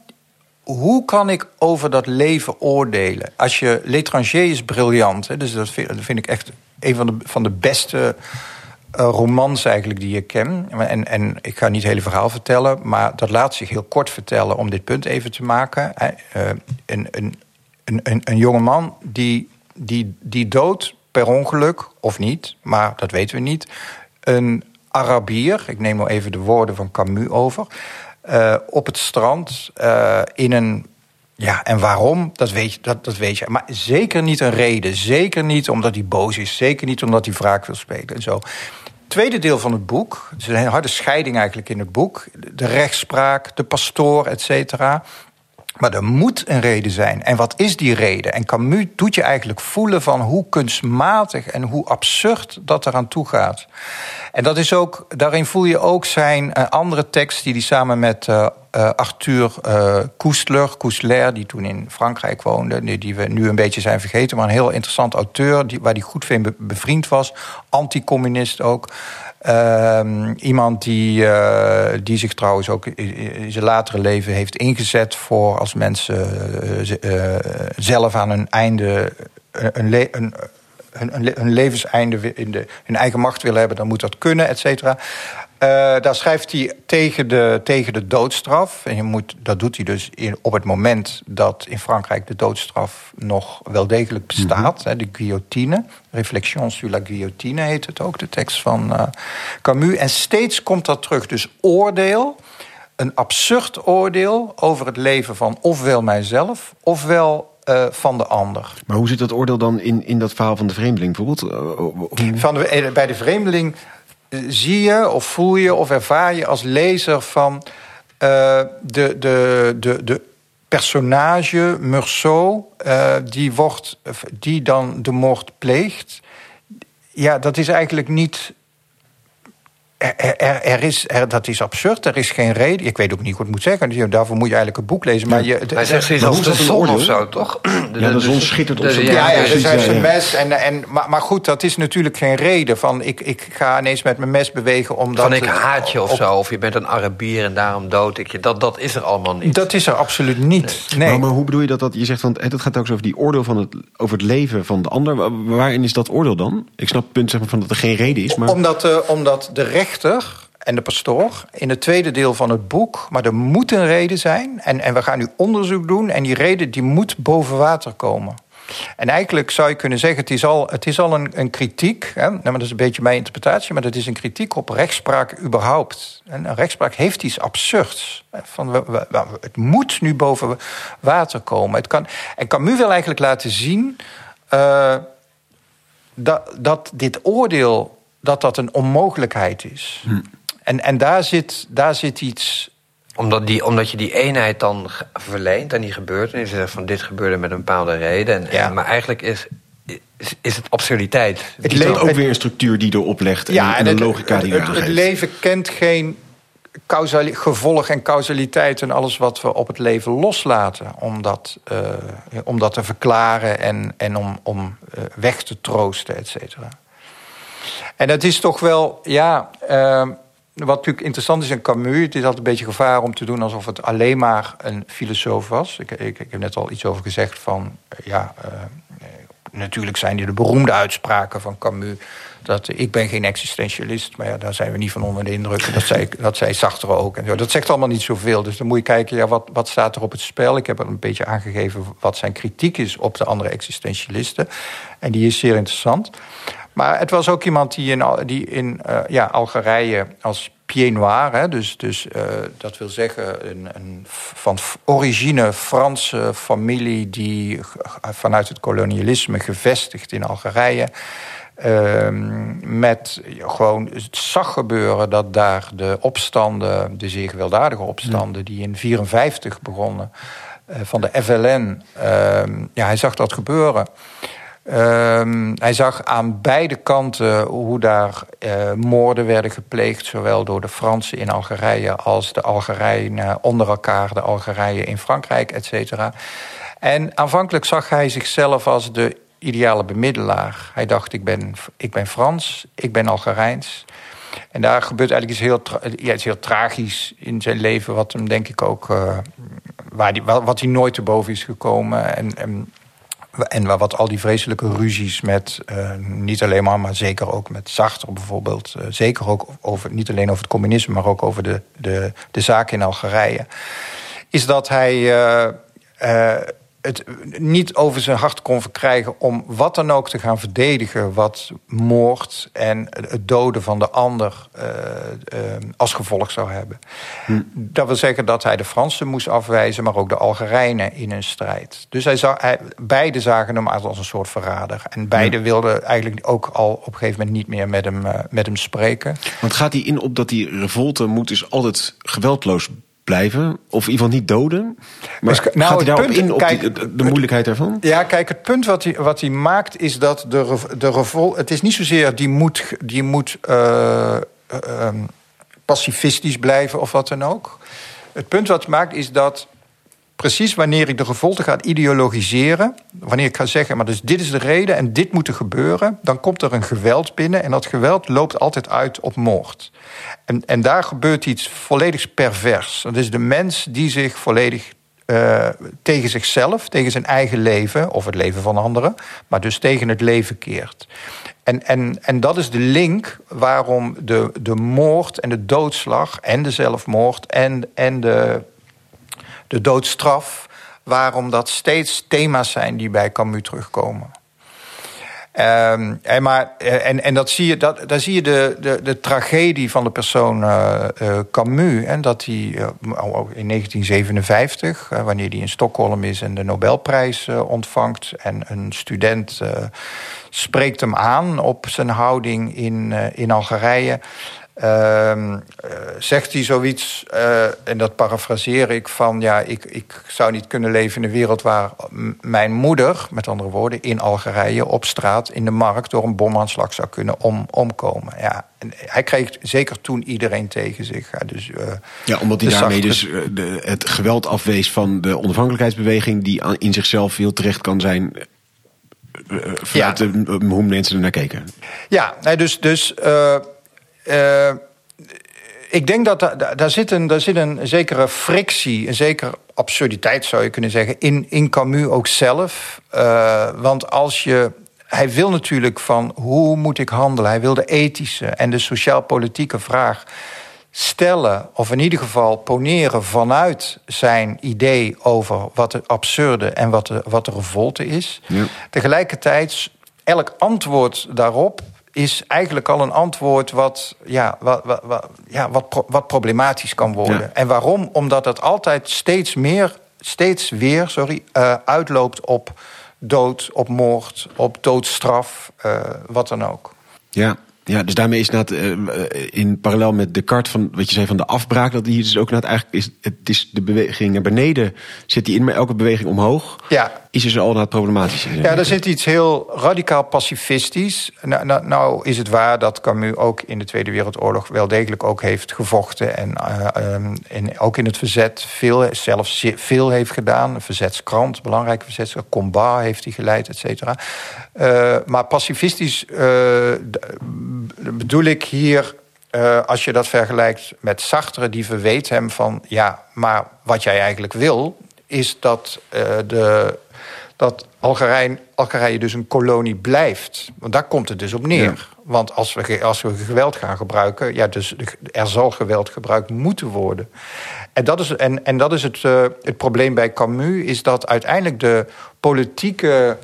Hoe kan ik over dat leven oordelen? Als je l'étranger is briljant. Hè, dus dat vind, dat vind ik echt een van de, van de beste uh, romans eigenlijk die ik ken. En, en ik ga niet het hele verhaal vertellen... maar dat laat zich heel kort vertellen om dit punt even te maken. Uh, een, een, een, een jongeman die, die, die dood... per ongeluk, of niet, maar dat weten we niet... een Arabier, ik neem nou even de woorden van Camus over... Uh, op het strand uh, in een... Ja, en waarom, dat weet, je, dat, dat weet je. Maar zeker niet een reden. Zeker niet omdat hij boos is. Zeker niet omdat hij wraak wil spelen en zo. Tweede deel van het boek, er is een harde scheiding eigenlijk in het boek... de rechtspraak, de pastoor, et cetera... Maar er moet een reden zijn. En wat is die reden? En Camus doet je eigenlijk voelen van hoe kunstmatig en hoe absurd dat eraan toe gaat. En dat is ook, daarin voel je ook zijn uh, andere tekst die hij samen met uh, uh, Arthur uh, Koestler, Koestler, die toen in Frankrijk woonde, die, die we nu een beetje zijn vergeten, maar een heel interessant auteur, die, waar hij goed mee be- bevriend was, anticommunist ook. Uh, iemand die, uh, die zich trouwens ook in zijn latere leven heeft ingezet voor als mensen uh, uh, zelf aan hun einde, een, le- een, een, een levenseinde in de, hun eigen macht willen hebben, dan moet dat kunnen, et cetera. Uh, daar schrijft hij tegen de, tegen de doodstraf. En je moet, dat doet hij dus in, op het moment dat in Frankrijk de doodstraf nog wel degelijk bestaat. Mm-hmm. Hè, de guillotine. Réflexions sur la guillotine heet het ook, de tekst van uh, Camus. En steeds komt dat terug. Dus oordeel, een absurd oordeel over het leven van ofwel mijzelf, ofwel uh, van de ander. Maar hoe zit dat oordeel dan in, in dat verhaal van de vreemdeling bijvoorbeeld? Van de, bij de vreemdeling zie je of voel je of ervaar je als lezer van uh, de, de, de, de personage Meursault, uh, die, wordt, die dan de moord pleegt. Ja, dat is eigenlijk niet... Er, er, er is, er, dat is absurd, er is geen reden. Ik weet ook niet hoe ik het moet zeggen, daarvoor moet je eigenlijk een boek lezen. Maar je, de, hij zegt zoiets als de zon of zo, toch? De, ja, de zon schittert op zijn... Ja, ja, dus hij heeft zijn mes. En, en, maar, maar goed, dat is natuurlijk geen reden. Van ik, ik ga ineens met mijn mes bewegen omdat... Van ik haat je of op, zo, of je bent een Arabier en daarom dood ik je. Dat, dat is er allemaal niet. Dat is er absoluut niet, nee. nee. Maar, maar hoe bedoel je dat? dat je zegt, want het gaat ook zo over die oordeel van het, over het leven van de ander. Waarin is dat oordeel dan? Ik snap het punt zeg maar, van dat er geen reden is, maar... Omdat, uh, omdat de rechter... en de pastoor in het tweede deel van het boek. Maar er moet een reden zijn. En, en we gaan nu onderzoek doen. En die reden die moet boven water komen. En eigenlijk zou je kunnen zeggen, het is al, het is al een, een kritiek. Hè? Nou, maar dat is een beetje mijn interpretatie. Maar dat is een kritiek op rechtspraak überhaupt. En een rechtspraak heeft iets absurds. Van, we, we, we, het moet nu boven water komen. Het kan, en Camus wil eigenlijk laten zien Uh, dat, dat dit oordeel dat dat een onmogelijkheid is. Hm. En, en daar, zit, daar zit iets. Omdat, die, omdat je die eenheid dan verleent aan die gebeurtenissen. Je zegt van dit gebeurde met een bepaalde reden. En, ja. en, maar eigenlijk is, is, is het absurditeit. Het is ook weer een structuur die erop legt. En, ja, en, en een logica die het, het, het leven kent geen causali- gevolg en causaliteit en alles wat we op het leven loslaten. Om dat, uh, om dat te verklaren en, en om, om uh, weg te troosten, et cetera. En dat is toch wel, ja, uh, wat natuurlijk interessant is in Camus. Het is altijd een beetje gevaar om te doen alsof het alleen maar een filosoof was. Ik, ik, ik heb net al iets over gezegd van, uh, ja, uh, natuurlijk zijn die de beroemde uitspraken van Camus. Dat ik ben geen existentialist, maar ja, daar zijn we niet van onder de indruk. Dat zei, dat zei Sartre ook. En zo. Dat zegt allemaal niet zoveel. Dus dan moet je kijken, ja, wat, wat staat er op het spel? Ik heb al een beetje aangegeven wat zijn kritiek is op de andere existentialisten. En die is zeer interessant. Maar het was ook iemand die in, die in uh, ja, Algerije als pied noir, hè, dus, dus uh, dat wil zeggen een, een van origine Franse familie die vanuit het kolonialisme gevestigd in Algerije. Uh, met gewoon het zag gebeuren dat daar de opstanden, de zeer gewelddadige opstanden, die in vierenvijftig begonnen, uh, van de F L N, uh, ja, hij zag dat gebeuren. Uh, hij zag aan beide kanten hoe daar uh, moorden werden gepleegd, zowel door de Fransen in Algerije als de Algerijnen onder elkaar, de Algerijen in Frankrijk, et cetera. En aanvankelijk zag hij zichzelf als de ideale bemiddelaar. Hij dacht, ik ben, ik ben Frans, ik ben Algerijns. En daar gebeurt eigenlijk iets heel, tra- ja, iets heel tragisch in zijn leven, wat hem denk ik ook, uh, waar die, wat hij nooit te boven is gekomen. En, en, en wat al die vreselijke ruzies met, uh, niet alleen maar, maar zeker ook met Sartre bijvoorbeeld. Uh, zeker ook over, niet alleen over het communisme, maar ook over de, de, de zaken in Algerije. Is dat hij Uh, uh, het niet over zijn hart kon verkrijgen om wat dan ook te gaan verdedigen wat moord en het doden van de ander uh, uh, als gevolg zou hebben. Hm. Dat wil zeggen dat hij de Fransen moest afwijzen, maar ook de Algerijnen in een strijd. Dus hij zag, hij, beide zagen hem als een soort verrader. En beide hm. wilden eigenlijk ook al op een gegeven moment niet meer met hem, uh, met hem spreken. Want gaat hij in op dat die revolte moet dus altijd geweldloos blijven, of in ieder geval niet doden. Maar dus, nou, gaat hij daarop punt, in op kijk, die, de, de moeilijkheid daarvan? Ja, kijk, het punt wat hij, wat hij maakt is dat de, de revolte, het is niet zozeer die moet, die moet uh, uh, pacifistisch blijven of wat dan ook. Het punt wat hij maakt is dat precies wanneer ik de revolte ga ideologiseren, wanneer ik ga zeggen, maar dus dit is de reden en dit moet er gebeuren, dan komt er een geweld binnen en dat geweld loopt altijd uit op moord. En, en daar gebeurt iets volledig pervers. Dat is de mens die zich volledig uh, tegen zichzelf, tegen zijn eigen leven, of het leven van anderen, maar dus tegen het leven keert. En, en, en dat is de link waarom de, de moord en de doodslag en de zelfmoord en, en de, de doodstraf, waarom dat steeds thema's zijn die bij Camus terugkomen. Um, en, maar, en, en dat zie je, dat, daar zie je de, de, de tragedie van de persoon uh, uh, Camus. En dat hij uh, in negentien zevenenvijftig, uh, wanneer hij in Stockholm is en de Nobelprijs uh, ontvangt, en een student uh, spreekt hem aan op zijn houding in, uh, in Algerije. Uh, uh, zegt hij zoiets, uh, en dat parafraseer ik, van ja, ik, ik zou niet kunnen leven in een wereld waar m- mijn moeder, met andere woorden, in Algerije op straat in de markt door een bomaanslag zou kunnen om, omkomen. Ja, en hij kreeg zeker toen iedereen tegen zich. Ja, dus, uh, ja, omdat hij daarmee dus uh, de, het geweld afwees van de onafhankelijkheidsbeweging, die in zichzelf heel terecht kan zijn uh, vanuit ja. de, hoe mensen er naar keken. Ja, nee, dus dus uh, Uh, ik denk dat da, da, daar, zit een, daar zit een zekere frictie, een zekere absurditeit zou je kunnen zeggen, in, in Camus ook zelf. Uh, want als je, hij wil natuurlijk van hoe moet ik handelen? Hij wil de ethische en de sociaal-politieke vraag stellen, of in ieder geval poneren vanuit zijn idee over wat het absurde en wat de, wat de revolte is. Ja. Tegelijkertijd, elk antwoord daarop is eigenlijk al een antwoord wat, ja, wat, wat, wat, ja, wat, pro, wat problematisch kan worden. Ja. En waarom? Omdat het altijd steeds meer, steeds weer, sorry, uh, uitloopt op dood, op moord, op doodstraf, uh, wat dan ook. Ja. Ja, dus daarmee is het uh, in parallel met Descartes van wat je zei van de afbraak, dat hier dus ook net eigenlijk is, het is de beweging naar beneden zit die in, maar elke beweging omhoog. Ja. Is dus al naar het problematische. Ja, daar zit iets heel radicaal pacifistisch. Nou, nou, nou is het waar dat Camus ook in de Tweede Wereldoorlog wel degelijk ook heeft gevochten en, uh, um, en ook in het verzet veel, zelfs veel heeft gedaan. Een verzetskrant, belangrijke verzetskrant, Combat heeft hij geleid, et cetera. Uh, maar pacifistisch uh, bedoel ik hier, uh, als je dat vergelijkt met Sartre, die verweet hem van, ja, maar wat jij eigenlijk wil, is dat uh, de dat Algerije, Algerije dus een kolonie blijft. Want daar komt het dus op neer. Ja. Want als we, als we geweld gaan gebruiken, ja, dus er zal geweld gebruikt moeten worden. En dat is, en, en dat is het, uh, het probleem bij Camus, is dat uiteindelijk de politieke,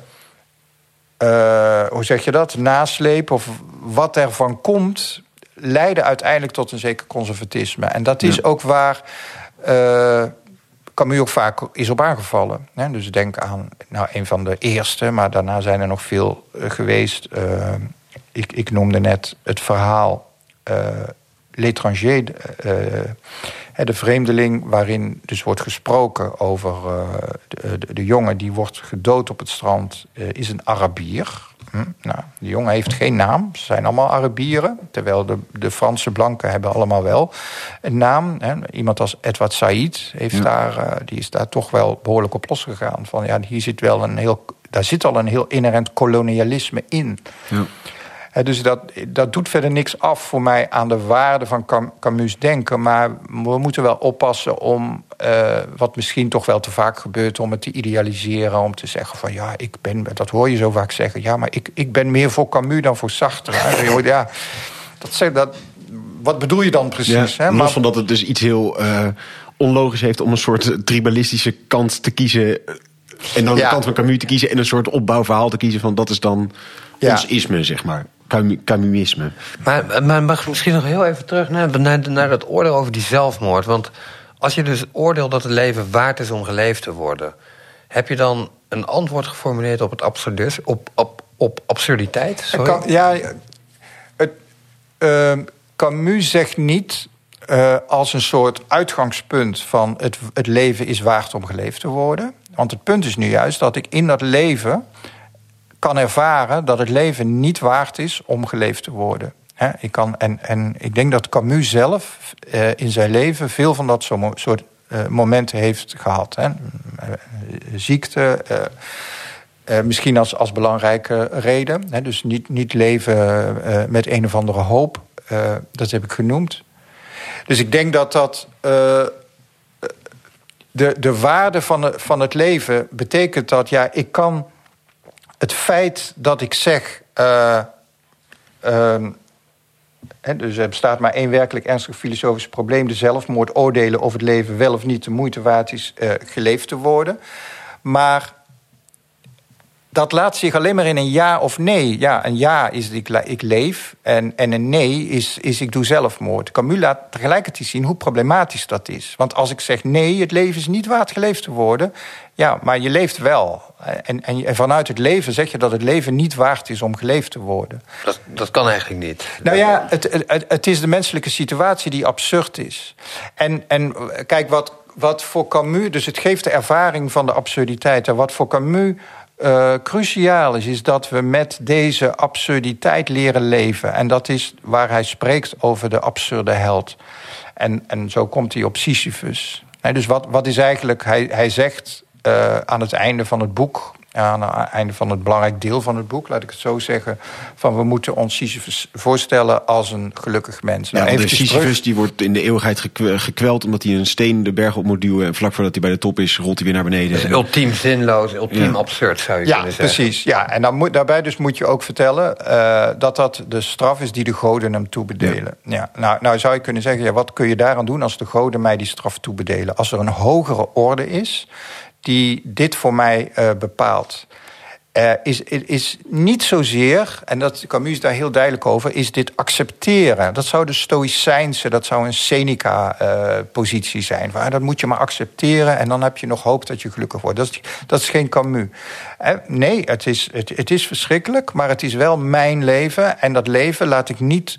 uh, hoe zeg je dat, nasleep of wat ervan komt, leidde uiteindelijk tot een zeker conservatisme. En dat is ja. ook waar Uh, Camus ook vaak is op aangevallen. Hè? Dus denk aan nou, een van de eerste, maar daarna zijn er nog veel uh, geweest. Uh, ik, ik noemde net het verhaal uh, L'étranger, uh, de vreemdeling, waarin dus wordt gesproken over uh, de, de, de jongen die wordt gedood op het strand, uh, is een Arabier. Hm? Nou, de jongen heeft geen naam. Ze zijn allemaal Arabieren. Terwijl de, de Franse blanken hebben allemaal wel een naam. Hè. Iemand als Edward Said heeft ja. daar, uh, die is daar toch wel behoorlijk op losgegaan. Van, ja, hier zit wel een heel, daar zit al een heel inherent kolonialisme in. Ja. He, dus dat, dat doet verder niks af voor mij aan de waarde van Cam, Camus' denken. Maar we moeten wel oppassen om, uh, wat misschien toch wel te vaak gebeurt, om het te idealiseren. Om te zeggen van, ja, ik ben, dat hoor je zo vaak zeggen. Ja, maar ik, ik ben meer voor Camus dan voor Sartre. He. Ja, dat zeg, dat, wat bedoel je dan precies? Ja, hè? Los van dat het dus iets heel uh, onlogisch heeft om een soort tribalistische kant te kiezen. En dan ja. de kant van Camus te kiezen en een soort opbouwverhaal te kiezen van dat is dan ja. ons isme, zeg maar. Camusisme. Maar, maar mag misschien nog heel even terug naar, naar, naar het oordeel over die zelfmoord. Want als je dus oordeelt dat het leven waard is om geleefd te worden, heb je dan een antwoord geformuleerd op het absurdus, op, op, op absurditeit? Sorry. Kan, ja, het, uh, Camus zegt niet uh, als een soort uitgangspunt van het, het leven is waard om geleefd te worden. Want het punt is nu juist dat ik in dat leven kan ervaren dat het leven niet waard is om geleefd te worden. He, ik kan, en, en ik denk dat Camus zelf uh, in zijn leven veel van dat soort uh, momenten heeft gehad. He. Uh, ziekte, uh, uh, misschien als, als belangrijke reden. He, dus niet, niet leven uh, met een of andere hoop. Uh, dat heb ik genoemd. Dus ik denk dat dat Uh, de, de waarde van, de, van het leven betekent dat, ja, ik kan het feit dat ik zeg, Uh, uh, he, dus er bestaat maar één werkelijk ernstig filosofisch probleem, de zelfmoord, oordelen of het leven wel of niet de moeite waard is uh, geleefd te worden. Maar dat laat zich alleen maar in een ja of nee. Ja, een ja is ik, ik leef en, en een nee is, is ik doe zelfmoord. Camus laat tegelijkertijd zien hoe problematisch dat is. Want als ik zeg nee, het leven is niet waard geleefd te worden, ja, maar je leeft wel. En, en, en vanuit het leven zeg je dat het leven niet waard is om geleefd te worden. Dat, dat kan eigenlijk niet. Nou ja, het, het, het is de menselijke situatie die absurd is. En, en kijk, wat, wat voor Camus, dus het geeft de ervaring van de absurditeit. En wat voor Camus Uh, cruciaal is, is dat we met deze absurditeit leren leven. En dat is waar hij spreekt over de absurde held. En, en zo komt hij op Sisyphus. He, dus wat, wat is eigenlijk, hij, hij zegt uh, aan het einde van het boek, aan het einde van het belangrijk deel van het boek, laat ik het zo zeggen, van we moeten ons Sisyphus voorstellen als een gelukkig mens. Ja, nou, de Sisyphus die wordt in de eeuwigheid gekweld omdat hij een steen de berg op moet duwen en vlak voordat hij bij de top is, rolt hij weer naar beneden. Dus ultiem zinloos, ultiem ja. absurd zou je ja, kunnen zeggen. Precies, ja, en dan moet, daarbij dus moet je ook vertellen uh, dat dat de straf is die de goden hem toebedelen. Ja. Ja, nou, nou zou je kunnen zeggen, ja, wat kun je daaraan doen als de goden mij die straf toebedelen? Als er een hogere orde is die dit voor mij uh, bepaalt. Uh, is, is niet zozeer, en dat Camus is daar heel duidelijk over, is dit accepteren. Dat zou de stoïcijnse, dat zou een Seneca-positie uh, zijn. Waar, dat moet je maar accepteren en dan heb je nog hoop dat je gelukkig wordt. Dat is, dat is geen Camus. Uh, nee, het is, het, het is verschrikkelijk, maar het is wel mijn leven. En dat leven laat ik niet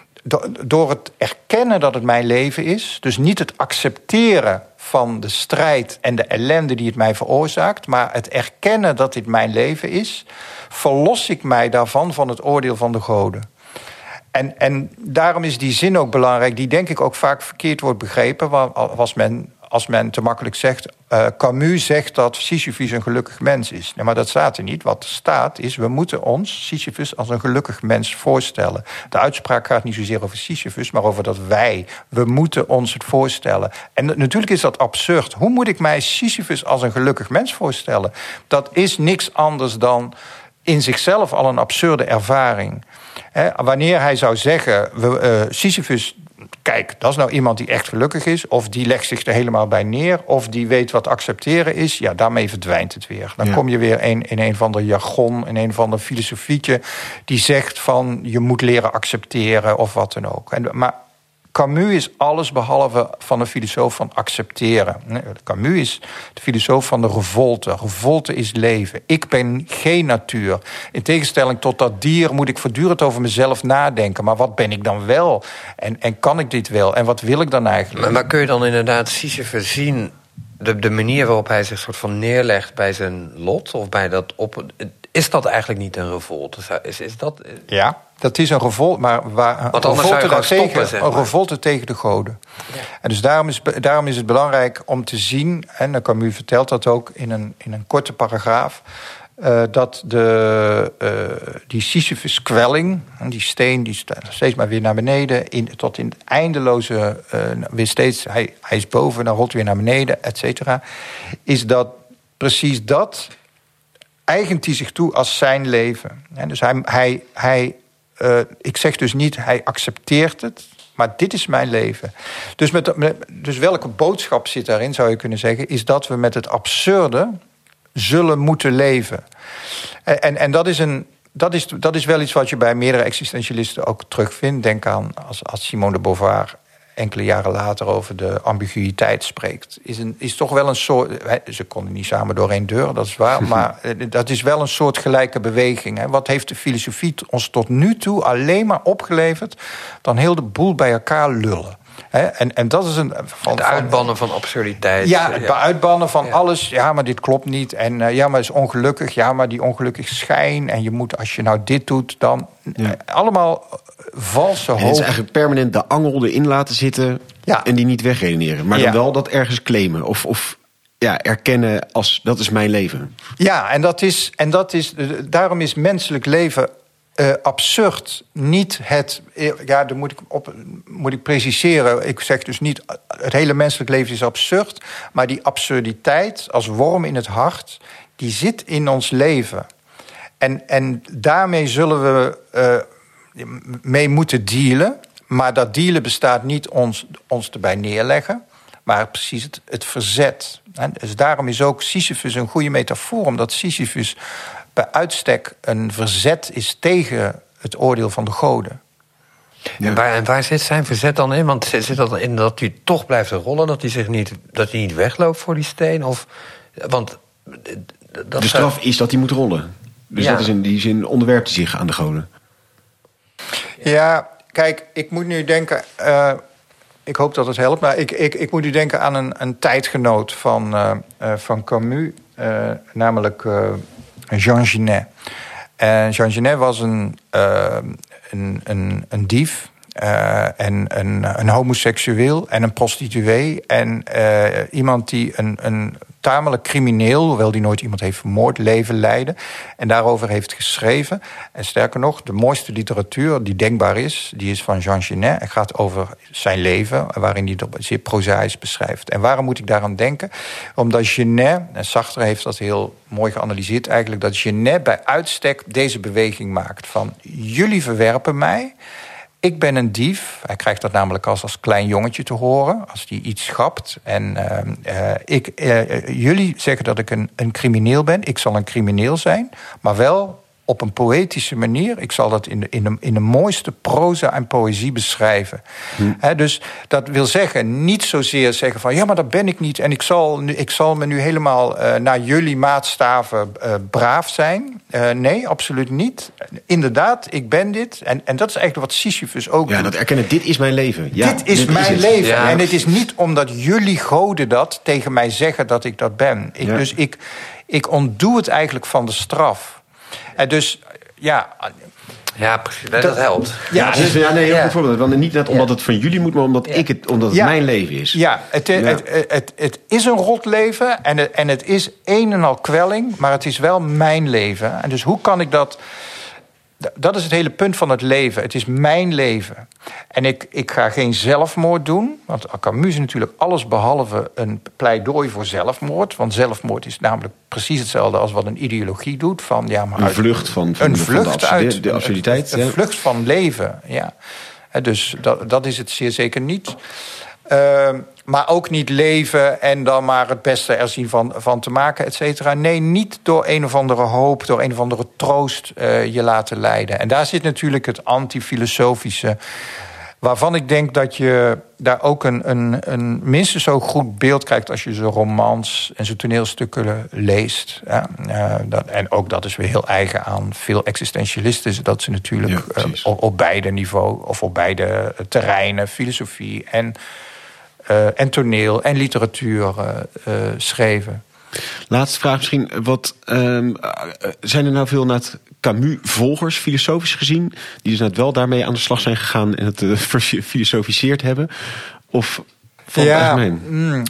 door het erkennen dat het mijn leven is, dus niet het accepteren van de strijd en de ellende die het mij veroorzaakt, maar het erkennen dat dit mijn leven is, verlos ik mij daarvan van het oordeel van de goden. En, en daarom is die zin ook belangrijk, die denk ik ook vaak verkeerd wordt begrepen, als men, als men te makkelijk zegt, uh, Camus zegt dat Sisyphus een gelukkig mens is. Nee, maar dat staat er niet. Wat er staat is, we moeten ons Sisyphus als een gelukkig mens voorstellen. De uitspraak gaat niet zozeer over Sisyphus, maar over dat wij, we moeten ons het voorstellen. En natuurlijk is dat absurd. Hoe moet ik mij Sisyphus als een gelukkig mens voorstellen? Dat is niks anders dan in zichzelf al een absurde ervaring. He, wanneer hij zou zeggen, we, uh, Sisyphus, kijk, dat is nou iemand die echt gelukkig is, of die legt zich er helemaal bij neer, of die weet wat accepteren is, ja, daarmee verdwijnt het weer. Dan ja. kom je weer in, in een van de jargon, in een van de filosofietje die zegt van je moet leren accepteren of wat dan ook. En, maar Camus is alles behalve van een filosoof van accepteren. Camus is de filosoof van de revolte. Revolte is leven. Ik ben geen natuur. In tegenstelling tot dat dier moet ik voortdurend over mezelf nadenken. Maar wat ben ik dan wel? En, en kan ik dit wel? En wat wil ik dan eigenlijk? Maar, maar kun je dan inderdaad Sisyphus zien, de, de manier waarop hij zich soort van neerlegt bij zijn lot? Of bij dat op, is dat eigenlijk niet een revolte? Is, is dat... Ja. Dat is een revolte, maar waar, Want anders zou je gewoon stoppen, zeg maar. Een revolte tegen de goden. Ja. En dus daarom is, daarom is het belangrijk om te zien, en Camus vertelt dat ook in een, in een korte paragraaf, uh, dat de, uh, die Sisyphus-kwelling, die steen die steeds maar weer naar beneden, in, tot in het eindeloze, uh, weer steeds, hij, hij is boven, dan rolt hij weer naar beneden, et cetera, is dat precies dat eigent hij zich toe als zijn leven. En dus hij, hij, hij Uh, ik zeg dus niet, hij accepteert het, maar dit is mijn leven. Dus, met, met, dus welke boodschap zit daarin, zou je kunnen zeggen, is dat we met het absurde zullen moeten leven. En, en, en dat, is een, dat, is, dat is wel iets wat je bij meerdere existentialisten ook terugvindt. Denk aan als, als Simone de Beauvoir enkele jaren later over de ambiguïteit spreekt. Is, een, is toch wel een soort... Ze konden niet samen door één deur, dat is waar, maar dat is wel een soort gelijke beweging. Hè. Wat heeft de filosofie ons tot nu toe alleen maar opgeleverd dan heel de boel bij elkaar lullen? He, en, en dat is een... Van, het uitbannen van absurditeit. Ja, het ja. uitbannen van ja. alles. Ja, maar dit klopt niet. En uh, ja, maar het is ongelukkig. Ja, maar die ongelukkig schijn. En je moet, als je nou dit doet, dan... Ja. Uh, allemaal valse hoop. Het is eigenlijk permanent de angel erin laten zitten ja. en die niet wegredeneren. Maar dan ja. wel dat ergens claimen. Of, of ja, erkennen als, dat is mijn leven. Ja, en dat is... En dat is daarom is menselijk leven... Uh, absurd, niet het... Ja, dan moet ik, op, moet ik preciseren. Ik zeg dus niet, het hele menselijk leven is absurd, maar die absurditeit als worm in het hart, die zit in ons leven. En, en daarmee zullen we uh, mee moeten dealen. Maar dat dealen bestaat niet ons, ons erbij neerleggen, maar precies het, het verzet. En dus daarom is ook Sisyphus een goede metafoor, omdat Sisyphus bij uitstek een verzet is tegen het oordeel van de goden. Ja. En, waar, en waar zit zijn verzet dan in? Want zit dat in dat hij toch blijft rollen, dat hij zich niet, dat hij niet wegloopt voor die steen? Of, want dat de straf zou... is dat hij moet rollen. Dus ja. dat is in die zin onderwerpt hij zich aan de goden. Ja, kijk, ik moet nu denken... Uh, ik hoop dat het helpt, maar ik, ik, ik moet nu denken aan een, een tijdgenoot van, uh, uh, van Camus, uh, namelijk... Uh, Jean Genet. En Jean Genet was een, uh, een, een, een dief, uh, en een, een homoseksueel en een prostituee. En uh, iemand die een, een tamelijk crimineel, hoewel die nooit iemand heeft vermoord, leven leiden. En daarover heeft geschreven. En sterker nog, de mooiste literatuur die denkbaar is, die is van Jean Genet. Het gaat over zijn leven, waarin hij het zeer prozaïs beschrijft. En waarom moet ik daaraan denken? Omdat Genet, en Sartre heeft dat heel mooi geanalyseerd eigenlijk, dat Genet bij uitstek deze beweging maakt van jullie verwerpen mij. Ik ben een dief. Hij krijgt dat namelijk als, als klein jongetje te horen, als hij iets schapt. En uh, uh, ik, uh, jullie zeggen dat ik een, een crimineel ben. Ik zal een crimineel zijn, maar wel op een poëtische manier. Ik zal dat in de, in de, in de mooiste proza en poëzie beschrijven. Hm. He, dus dat wil zeggen, niet zozeer zeggen van ja, maar dat ben ik niet en ik zal, nu, ik zal me nu helemaal uh, naar jullie maatstaven uh, braaf zijn. Uh, nee, absoluut niet. Inderdaad, ik ben dit. En, en dat is eigenlijk wat Sisyphus ook ja, doet. Dat erkennen, dit is mijn leven. Ja, dit is dit mijn is leven. Ja. En het is niet omdat jullie goden dat tegen mij zeggen dat ik dat ben. Ik, Ja. Dus ik, ik ontdoe het eigenlijk van de straf. En dus, ja... Ja, precies. Dat, dat helpt. Ja, dus, ja nee, heel Ja. goed voorbeeld. Want niet net omdat het van jullie moet, maar omdat, Ja. ik het, omdat het Ja. mijn leven is. Ja, het, Ja. Het, het, het, het is een rot leven en het, en het is een en al kwelling, maar het is wel mijn leven. En dus hoe kan ik dat... Dat is het hele punt van het leven. Het is mijn leven. En ik, ik ga geen zelfmoord doen. Want Camus is natuurlijk alles behalve een pleidooi voor zelfmoord. Want zelfmoord is namelijk precies hetzelfde als wat een ideologie doet. Van, ja, maar Een uit, vlucht van, van, een de, van vlucht de, absurde, uit de absurditeit. Een, een ja. vlucht van leven, ja. Dus dat, dat is het zeer zeker niet. Uh, maar ook niet leven en dan maar het beste er zien van, van te maken, et cetera. Nee, niet door een of andere hoop, door een of andere troost uh, je laten leiden. En daar zit natuurlijk het antifilosofische, waarvan ik denk dat je daar ook een, een, een minstens zo goed beeld krijgt als je zijn romans en zijn toneelstukken leest. Ja, uh, dat, en ook dat is weer heel eigen aan veel existentialisten, dat ze natuurlijk ja, uh, op, op beide niveaus of op beide terreinen, filosofie en Uh, en toneel en literatuur uh, uh, schreven. Laatste vraag misschien. Wat, um, zijn er nou veel naar het Camus-volgers, filosofisch gezien, die dus net wel daarmee aan de slag zijn gegaan en het uh, filosofiseerd hebben? Of valt het ja, eigenlijk mee? Mm,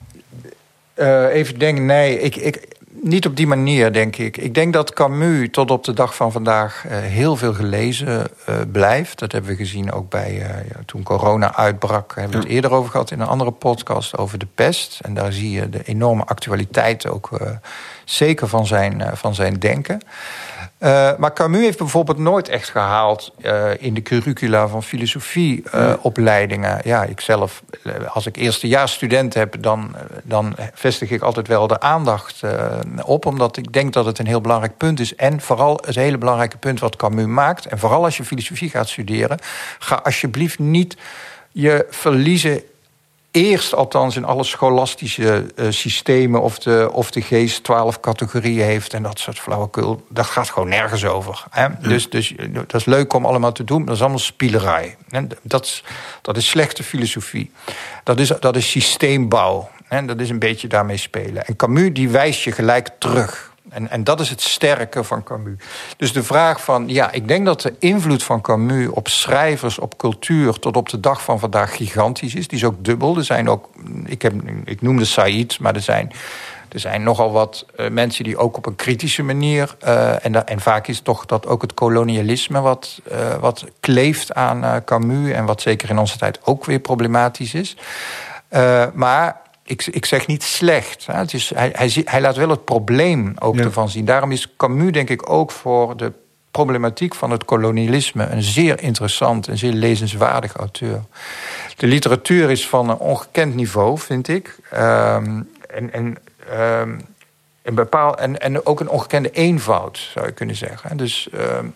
uh, even denken, nee, ik... ik niet op die manier, denk ik. Ik denk dat Camus tot op de dag van vandaag uh, heel veel gelezen uh, blijft. Dat hebben we gezien ook bij uh, ja, toen corona uitbrak. Hebben we het eerder over gehad in een andere podcast over de pest. En daar zie je de enorme actualiteit ook uh, zeker van zijn, uh, van zijn denken. Uh, maar Camus heeft bijvoorbeeld nooit echt gehaald uh, in de curricula van filosofieopleidingen. Uh, ja, ik zelf, als ik eerstejaarsstudent heb, dan, dan vestig ik altijd wel de aandacht uh, op, omdat ik denk dat het een heel belangrijk punt is. En vooral het hele belangrijke punt wat Camus maakt. En vooral als je filosofie gaat studeren, ga alsjeblieft niet je verliezen. Eerst althans in alle scholastische uh, systemen of de, of de geest twaalf categorieën heeft en dat soort flauwekul. Dat gaat gewoon nergens over. Hè? Ja. Dus, dus dat is leuk om allemaal te doen, maar dat is allemaal spielerij. En dat, is, dat is slechte filosofie. Dat is, dat is systeembouw. Hè? Dat is een beetje daarmee spelen. En Camus die wijst je gelijk terug. En, en dat is het sterke van Camus. Dus de vraag van, ja, ik denk dat de invloed van Camus op schrijvers, op cultuur, tot op de dag van vandaag gigantisch is. Die is ook dubbel. Er zijn ook, ik, heb, ik noemde Said, maar er zijn, er zijn nogal wat uh, mensen die ook op een kritische manier, uh, en, en vaak is toch dat ook het kolonialisme wat, uh, wat kleeft aan uh, Camus en wat zeker in onze tijd ook weer problematisch is. Uh, maar Ik, ik zeg niet slecht. Hè. Het is, hij, hij, hij laat wel het probleem ook ja. ervan zien. Daarom is Camus denk ik ook voor de problematiek van het kolonialisme een zeer interessant en zeer lezenswaardig auteur. De literatuur is van een ongekend niveau, vind ik. Um, en, en, um, een bepaal, en, en ook een ongekende eenvoud, zou je kunnen zeggen. Dus... Um,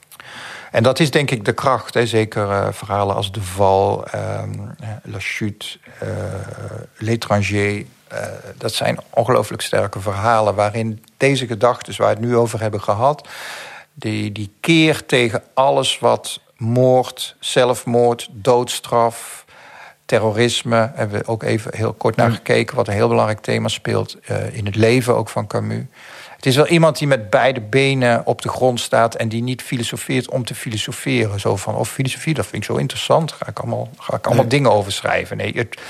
En dat is denk ik de kracht. Hè. Zeker uh, verhalen als De Val, uh, La Chute, uh, L'Étranger. Uh, dat zijn ongelooflijk sterke verhalen waarin deze gedachten, waar we het nu over hebben gehad, die, die keer tegen alles wat moord, zelfmoord, doodstraf, terrorisme, hebben we ook even heel kort naar gekeken, wat een heel belangrijk thema speelt uh, in het leven ook van Camus. Het is wel iemand die met beide benen op de grond staat en die niet filosofeert om te filosoferen. Zo van, of filosofie, dat vind ik zo interessant. Ga ik allemaal, ga ik allemaal nee. dingen over schrijven. Nee, het,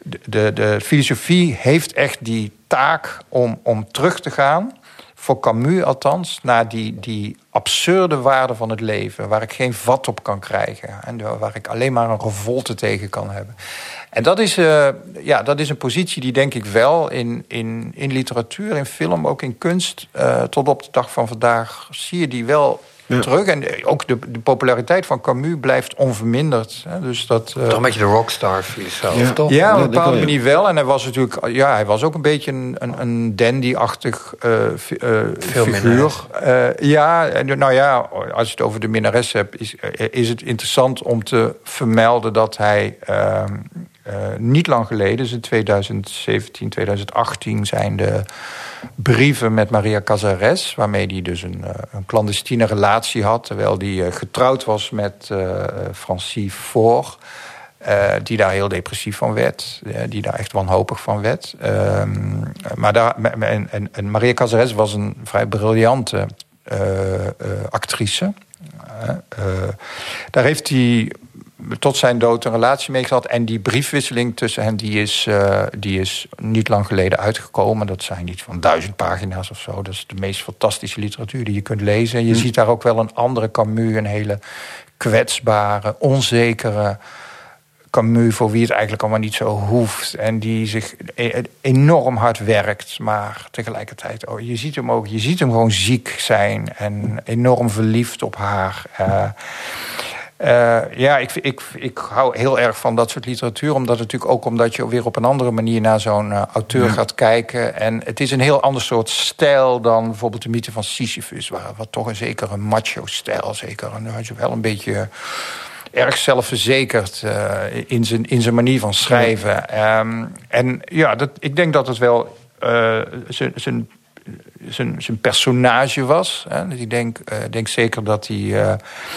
de, de filosofie heeft echt die taak om, om terug te gaan, voor Camus althans, naar die, die absurde waarde van het leven, waar ik geen vat op kan krijgen en waar ik alleen maar een revolte tegen kan hebben. En dat is, uh, ja, dat is een positie die denk ik wel in, in, in literatuur, in film, ook in kunst, uh, tot op de dag van vandaag zie je die wel ja. terug. En ook de, de populariteit van Camus blijft onverminderd. Hè. Dus dat, uh... toch een beetje de rockstar-filosoof, ja. toch? Ja, op ja, een bepaalde manier wel. En hij was natuurlijk, ja, hij was ook een beetje een, een, een dandy-achtig uh, uh, figuur. Uh, ja, nou ja, als je het over de minnares hebt, is, is het interessant om te vermelden dat hij Uh, Uh, niet lang geleden, dus in twintig zeventien, twintig achttien... zijn de brieven met Maria Casares, waarmee hij dus een, uh, een clandestine relatie had, terwijl hij uh, getrouwd was met uh, Francis Faure, uh, die daar heel depressief van werd, uh, die daar echt wanhopig van werd. Uh, maar daar, en, en, en Maria Casares was een vrij briljante uh, uh, actrice. Uh, uh, daar heeft hij tot zijn dood een relatie mee gehad. En die briefwisseling tussen hen, die is, uh, die is niet lang geleden uitgekomen. Dat zijn iets van duizend pagina's of zo. Dat is de meest fantastische literatuur die je kunt lezen. En je mm. ziet daar ook wel een andere Camus, een hele kwetsbare, onzekere Camus, voor wie het eigenlijk allemaal niet zo hoeft. En die zich enorm hard werkt, maar tegelijkertijd, oh, je ziet hem ook, je ziet hem gewoon ziek zijn en enorm verliefd op haar. Uh, Uh, ja, ik, ik, ik hou heel erg van dat soort literatuur. Omdat natuurlijk ook omdat je weer op een andere manier naar zo'n uh, auteur ja. gaat kijken. En het is een heel ander soort stijl dan bijvoorbeeld de mythe van Sisyphus. Waar, wat toch een zekere macho-stijl, zeker een, wel een beetje erg zelfverzekerd uh, in zijn in zijn manier van schrijven. Ja. Um, en ja, dat, ik denk dat het wel uh, zijn zijn zijn personage was. Hè. Dus ik denk, uh, denk zeker dat hij Uh,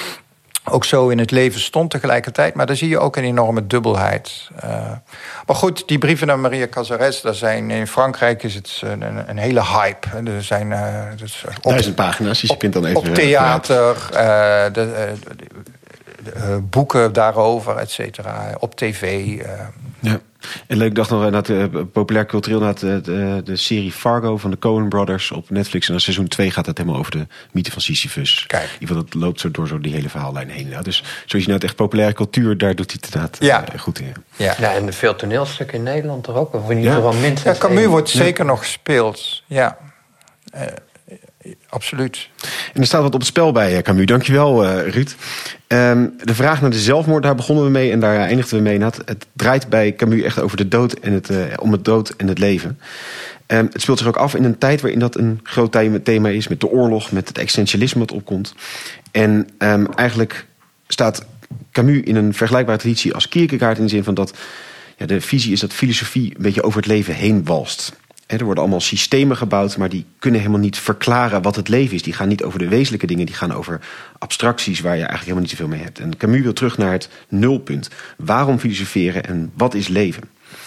ook zo in het leven stond tegelijkertijd. Maar daar zie je ook een enorme dubbelheid. Uh, maar goed, die brieven naar Maria Casares, daar zijn in Frankrijk is het een, een, een hele hype. Er zijn uh, dus op, duizend pagina's, dus je kunt dan even op theater, uh, de, de, de, de, uh, boeken daarover, et cetera, op tv. Uh. Ja. En leuk, ik dacht nog dat uh, populair cultureel na de, de, de serie Fargo van de Coen Brothers op Netflix. En dan seizoen twee gaat het helemaal over de mythe van Sisyphus. Kijk. In ieder geval, dat loopt zo door zo die hele verhaallijn heen. Ja, dus zoals je nou het echt populaire cultuur, daar doet hij het inderdaad ja. uh, goed in. Ja. Ja. Ja, en veel toneelstukken in Nederland toch ook? Of in ieder geval ja. minstens ja, Camus één. wordt ja. zeker nog gespeeld. Ja, uh, absoluut. En er staat wat op het spel bij Camus. Dankjewel, uh, Ruud. Um, de vraag naar de zelfmoord, daar begonnen we mee en daar eindigden we mee. Het, het draait bij Camus echt over de dood en het, uh, om het dood en het leven. Um, het speelt zich ook af in een tijd waarin dat een groot thema is, met de oorlog, met het existentialisme dat opkomt. En um, eigenlijk staat Camus in een vergelijkbare traditie als Kierkegaard, in de zin van dat ja, de visie is dat filosofie een beetje over het leven heen walst. Er worden allemaal systemen gebouwd, maar die kunnen helemaal niet verklaren wat het leven is. Die gaan niet over de wezenlijke dingen, die gaan over abstracties waar je eigenlijk helemaal niet zoveel mee hebt. En Camus wil terug naar het nulpunt. Waarom filosoferen en wat is leven?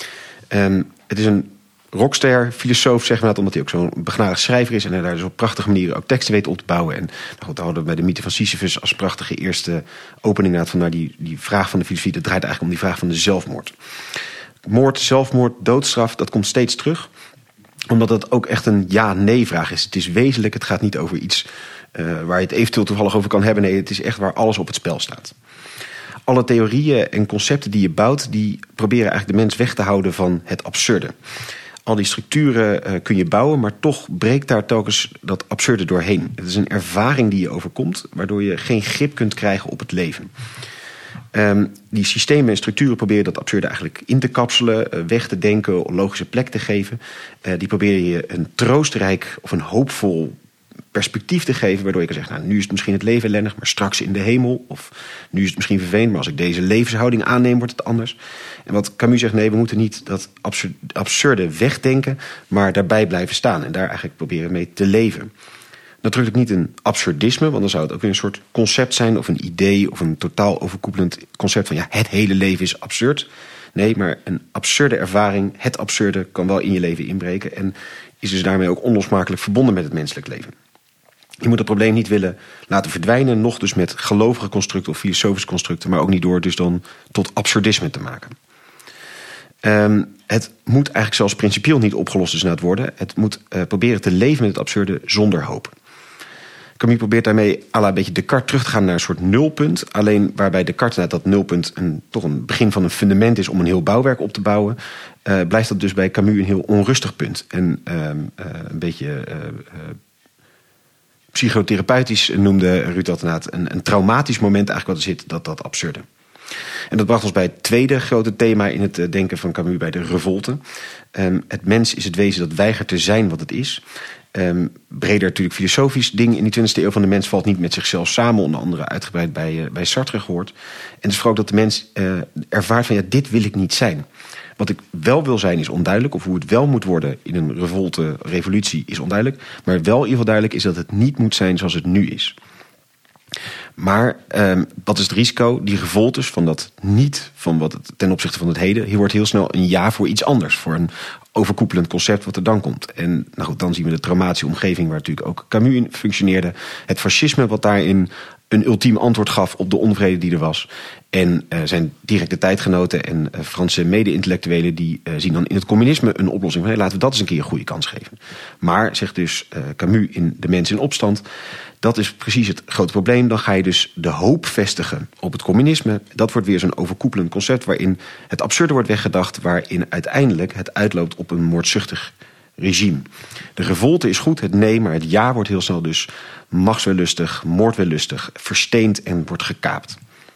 Um, het is een rockster, filosoof, zeg maar, omdat hij ook zo'n begnadigd schrijver is en hij daar dus op prachtige manieren ook teksten weet op te bouwen. En nou goed, dan hadden we bij de mythe van Sisyphus als prachtige eerste opening uit van nou, die, die vraag van de filosofie. Dat draait eigenlijk om die vraag van de zelfmoord. Moord, zelfmoord, doodstraf, dat komt steeds terug. Omdat het ook echt een ja-nee-vraag is. Het is wezenlijk, het gaat niet over iets uh, waar je het eventueel toevallig over kan hebben. Nee, het is echt waar alles op het spel staat. Alle theorieën en concepten die je bouwt, die proberen eigenlijk de mens weg te houden van het absurde. Al die structuren uh, kun je bouwen, maar toch breekt daar telkens dat absurde doorheen. Het is een ervaring die je overkomt, waardoor je geen grip kunt krijgen op het leven. Um, die systemen en structuren proberen dat absurde eigenlijk in te kapselen, uh, weg te denken, een logische plek te geven. Uh, die proberen je een troostrijk of een hoopvol perspectief te geven, waardoor je kan zeggen, nou, nu is het misschien het leven ellendig, maar straks in de hemel. Of nu is het misschien vervelend, maar als ik deze levenshouding aanneem, wordt het anders. En wat Camus zegt, nee, we moeten niet dat absurde, absurde wegdenken, maar daarbij blijven staan en daar eigenlijk proberen mee te leven. Natuurlijk niet een absurdisme, want dan zou het ook weer een soort concept zijn of een idee of een totaal overkoepelend concept van ja, het hele leven is absurd. Nee, maar een absurde ervaring, het absurde, kan wel in je leven inbreken en is dus daarmee ook onlosmakelijk verbonden met het menselijk leven. Je moet het probleem niet willen laten verdwijnen, nog dus met gelovige constructen of filosofische constructen, maar ook niet door dus dan tot absurdisme te maken. Um, het moet eigenlijk zelfs principieel niet opgelost dus naar het worden. Het moet uh, proberen te leven met het absurde zonder hoop. Camus probeert daarmee à la een beetje Descartes terug te gaan naar een soort nulpunt. Alleen waarbij Descartes net dat nulpunt een, toch een begin van een fundament is om een heel bouwwerk op te bouwen. Uh, blijft dat dus bij Camus een heel onrustig punt. En uh, uh, een beetje uh, uh, psychotherapeutisch noemde Ruud dat inderdaad een, een traumatisch moment eigenlijk wat er zit, dat dat absurde. En dat bracht ons bij het tweede grote thema in het denken van Camus, bij de revolte. Um, het mens is het wezen dat weigert te zijn wat het is. Um, breder natuurlijk filosofisch ding in die twintigste eeuw van de mens valt niet met zichzelf samen, onder andere uitgebreid bij, uh, bij Sartre gehoord. En het is vooral ook dat de mens uh, ervaart van ja, dit wil ik niet zijn. Wat ik wel wil zijn is onduidelijk, of hoe het wel moet worden in een revolte, revolutie is onduidelijk. Maar wel in ieder geval duidelijk is dat het niet moet zijn zoals het nu is. Maar um, wat is het risico? Die revoltes van dat niet van wat het ten opzichte van het heden, hier wordt heel snel een ja voor iets anders, voor een overkoepelend concept wat er dan komt. En nou goed, dan zien we de traumatische omgeving waar natuurlijk ook Camus in functioneerde. Het fascisme wat daarin een ultiem antwoord gaf op de onvrede die er was. En uh, zijn directe tijdgenoten en uh, Franse mede-intellectuelen die uh, zien dan in het communisme een oplossing van hey, laten we dat eens een keer een goede kans geven. Maar, zegt dus uh, Camus in De Mens in Opstand, dat is precies het grote probleem. Dan ga je dus de hoop vestigen op het communisme. Dat wordt weer zo'n overkoepelend concept waarin het absurde wordt weggedacht, waarin uiteindelijk het uitloopt op een moordzuchtig regime. De revolte is goed, het nee, maar het ja wordt heel snel dus machtswellustig, moordwellustig, versteend en wordt gekaapt.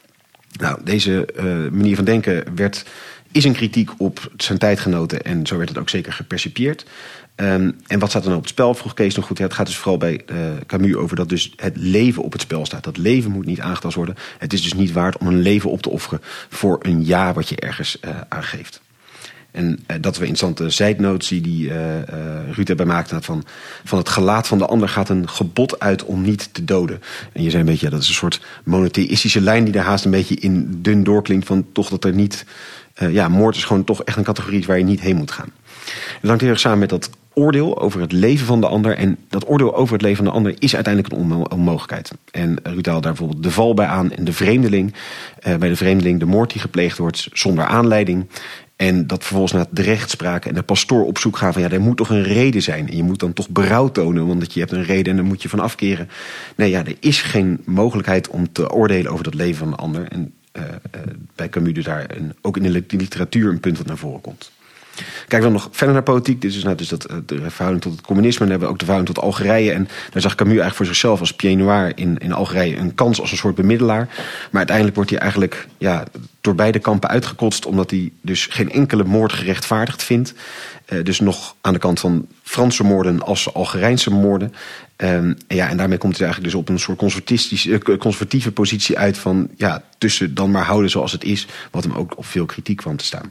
Nou, deze uh, manier van denken werd, is een kritiek op zijn tijdgenoten en zo werd het ook zeker gepercipieerd. Um, en wat staat er nou op het spel? Vroeg Kees nog goed. Ja, het gaat dus vooral bij uh, Camus over dat dus het leven op het spel staat. Dat leven moet niet aangetast worden. Het is dus niet waard om een leven op te offeren voor een ja wat je ergens uh, aangeeft. En uh, dat we interessante zijdnoot die die uh, uh, Ruud erbij maakte van, van het gelaat van de ander gaat een gebod uit om niet te doden. En je zei een beetje, ja, dat is een soort monotheïstische lijn die daar haast een beetje in dun doorklinkt van toch dat er niet, uh, ja, moord is gewoon toch echt een categorie waar je niet heen moet gaan. Dat hangt heel erg samen met dat oordeel over het leven van de ander. En dat oordeel over het leven van de ander is uiteindelijk een onmo- onmogelijkheid. En Ruud haalde daar bijvoorbeeld de val bij aan en de vreemdeling. Uh, bij de vreemdeling de moord die gepleegd wordt zonder aanleiding. En dat vervolgens naar de rechtspraak en de pastoor op zoek gaan van ja, er moet toch een reden zijn. En je moet dan toch berouw tonen, want je hebt een reden en dan moet je van afkeren. Nee, ja, er is geen mogelijkheid om te oordelen over dat leven van de ander. En uh, uh, bij Camus dus daar een, ook in de literatuur een punt wat naar voren komt. Kijk dan nog verder naar politiek. Dit is nou dus dat, de verhouding tot het communisme. En dan hebben we ook de verhouding tot Algerije. En daar zag Camus eigenlijk voor zichzelf als pied noir in, in Algerije een kans als een soort bemiddelaar. Maar uiteindelijk wordt hij eigenlijk ja, door beide kampen uitgekotst. Omdat hij dus geen enkele moord gerechtvaardigd vindt. Uh, dus nog aan de kant van Franse moorden als Algerijnse moorden. Um, en, ja, en daarmee komt hij eigenlijk dus op een soort conservatistische, uh, conservatieve positie uit van ja, tussen dan maar houden zoals het is. Wat hem ook op veel kritiek kwam te staan.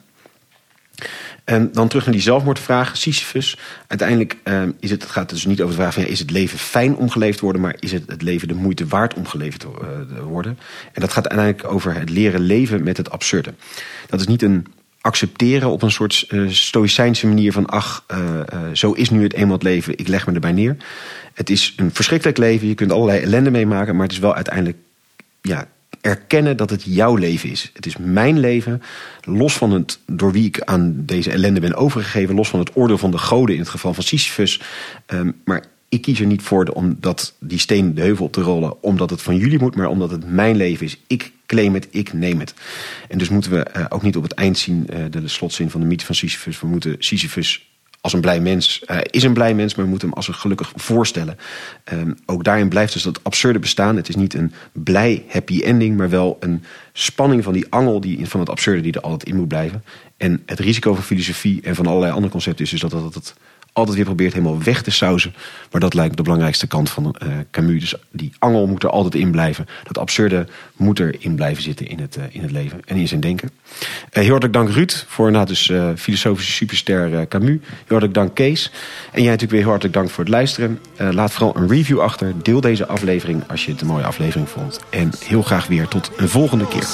En dan terug naar die zelfmoordvraag, Sisyphus. Uiteindelijk uh, is het, het gaat dus niet over de vraag van ja, is het leven fijn om geleefd te worden, maar is het het leven de moeite waard om geleefd te uh, worden? En dat gaat uiteindelijk over het leren leven met het absurde. Dat is niet een accepteren op een soort uh, stoïcijnse manier van ach, uh, uh, zo is nu het eenmaal het leven, ik leg me erbij neer. Het is een verschrikkelijk leven, je kunt allerlei ellende meemaken, maar het is wel uiteindelijk ja, erkennen dat het jouw leven is. Het is mijn leven, los van het door wie ik aan deze ellende ben overgegeven, los van het oordeel van de goden in het geval van Sisyphus. Um, maar ik kies er niet voor om dat, die steen de heuvel op te rollen omdat het van jullie moet, maar omdat het mijn leven is. Ik claim het, ik neem het. En dus moeten we uh, ook niet op het eind zien, uh, de slotzin van de mythe van Sisyphus. We moeten Sisyphus als een blij mens, uh, is een blij mens, maar we moeten hem als een gelukkig voorstellen. Um, ook daarin blijft dus dat absurde bestaan. Het is niet een blij happy ending, maar wel een spanning van die angel die, van het absurde die er altijd in moet blijven. En het risico van filosofie en van allerlei andere concepten is dus dat het, het altijd weer probeert helemaal weg te sausen. Maar dat lijkt de belangrijkste kant van uh, Camus. Dus die angel moet er altijd in blijven. Dat absurde moet erin blijven zitten in het, uh, in het leven en in zijn denken. Uh, heel hartelijk dank Ruud voor na dus uh, filosofische superster uh, Camus. Heel hartelijk dank Kees. En jij natuurlijk weer heel hartelijk dank voor het luisteren. Uh, laat vooral een review achter. Deel deze aflevering als je het een mooie aflevering vond. En heel graag weer tot een volgende keer.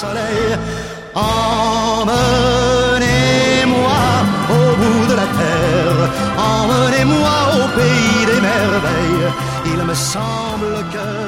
Emmenez-moi au pays des merveilles. Il me semble que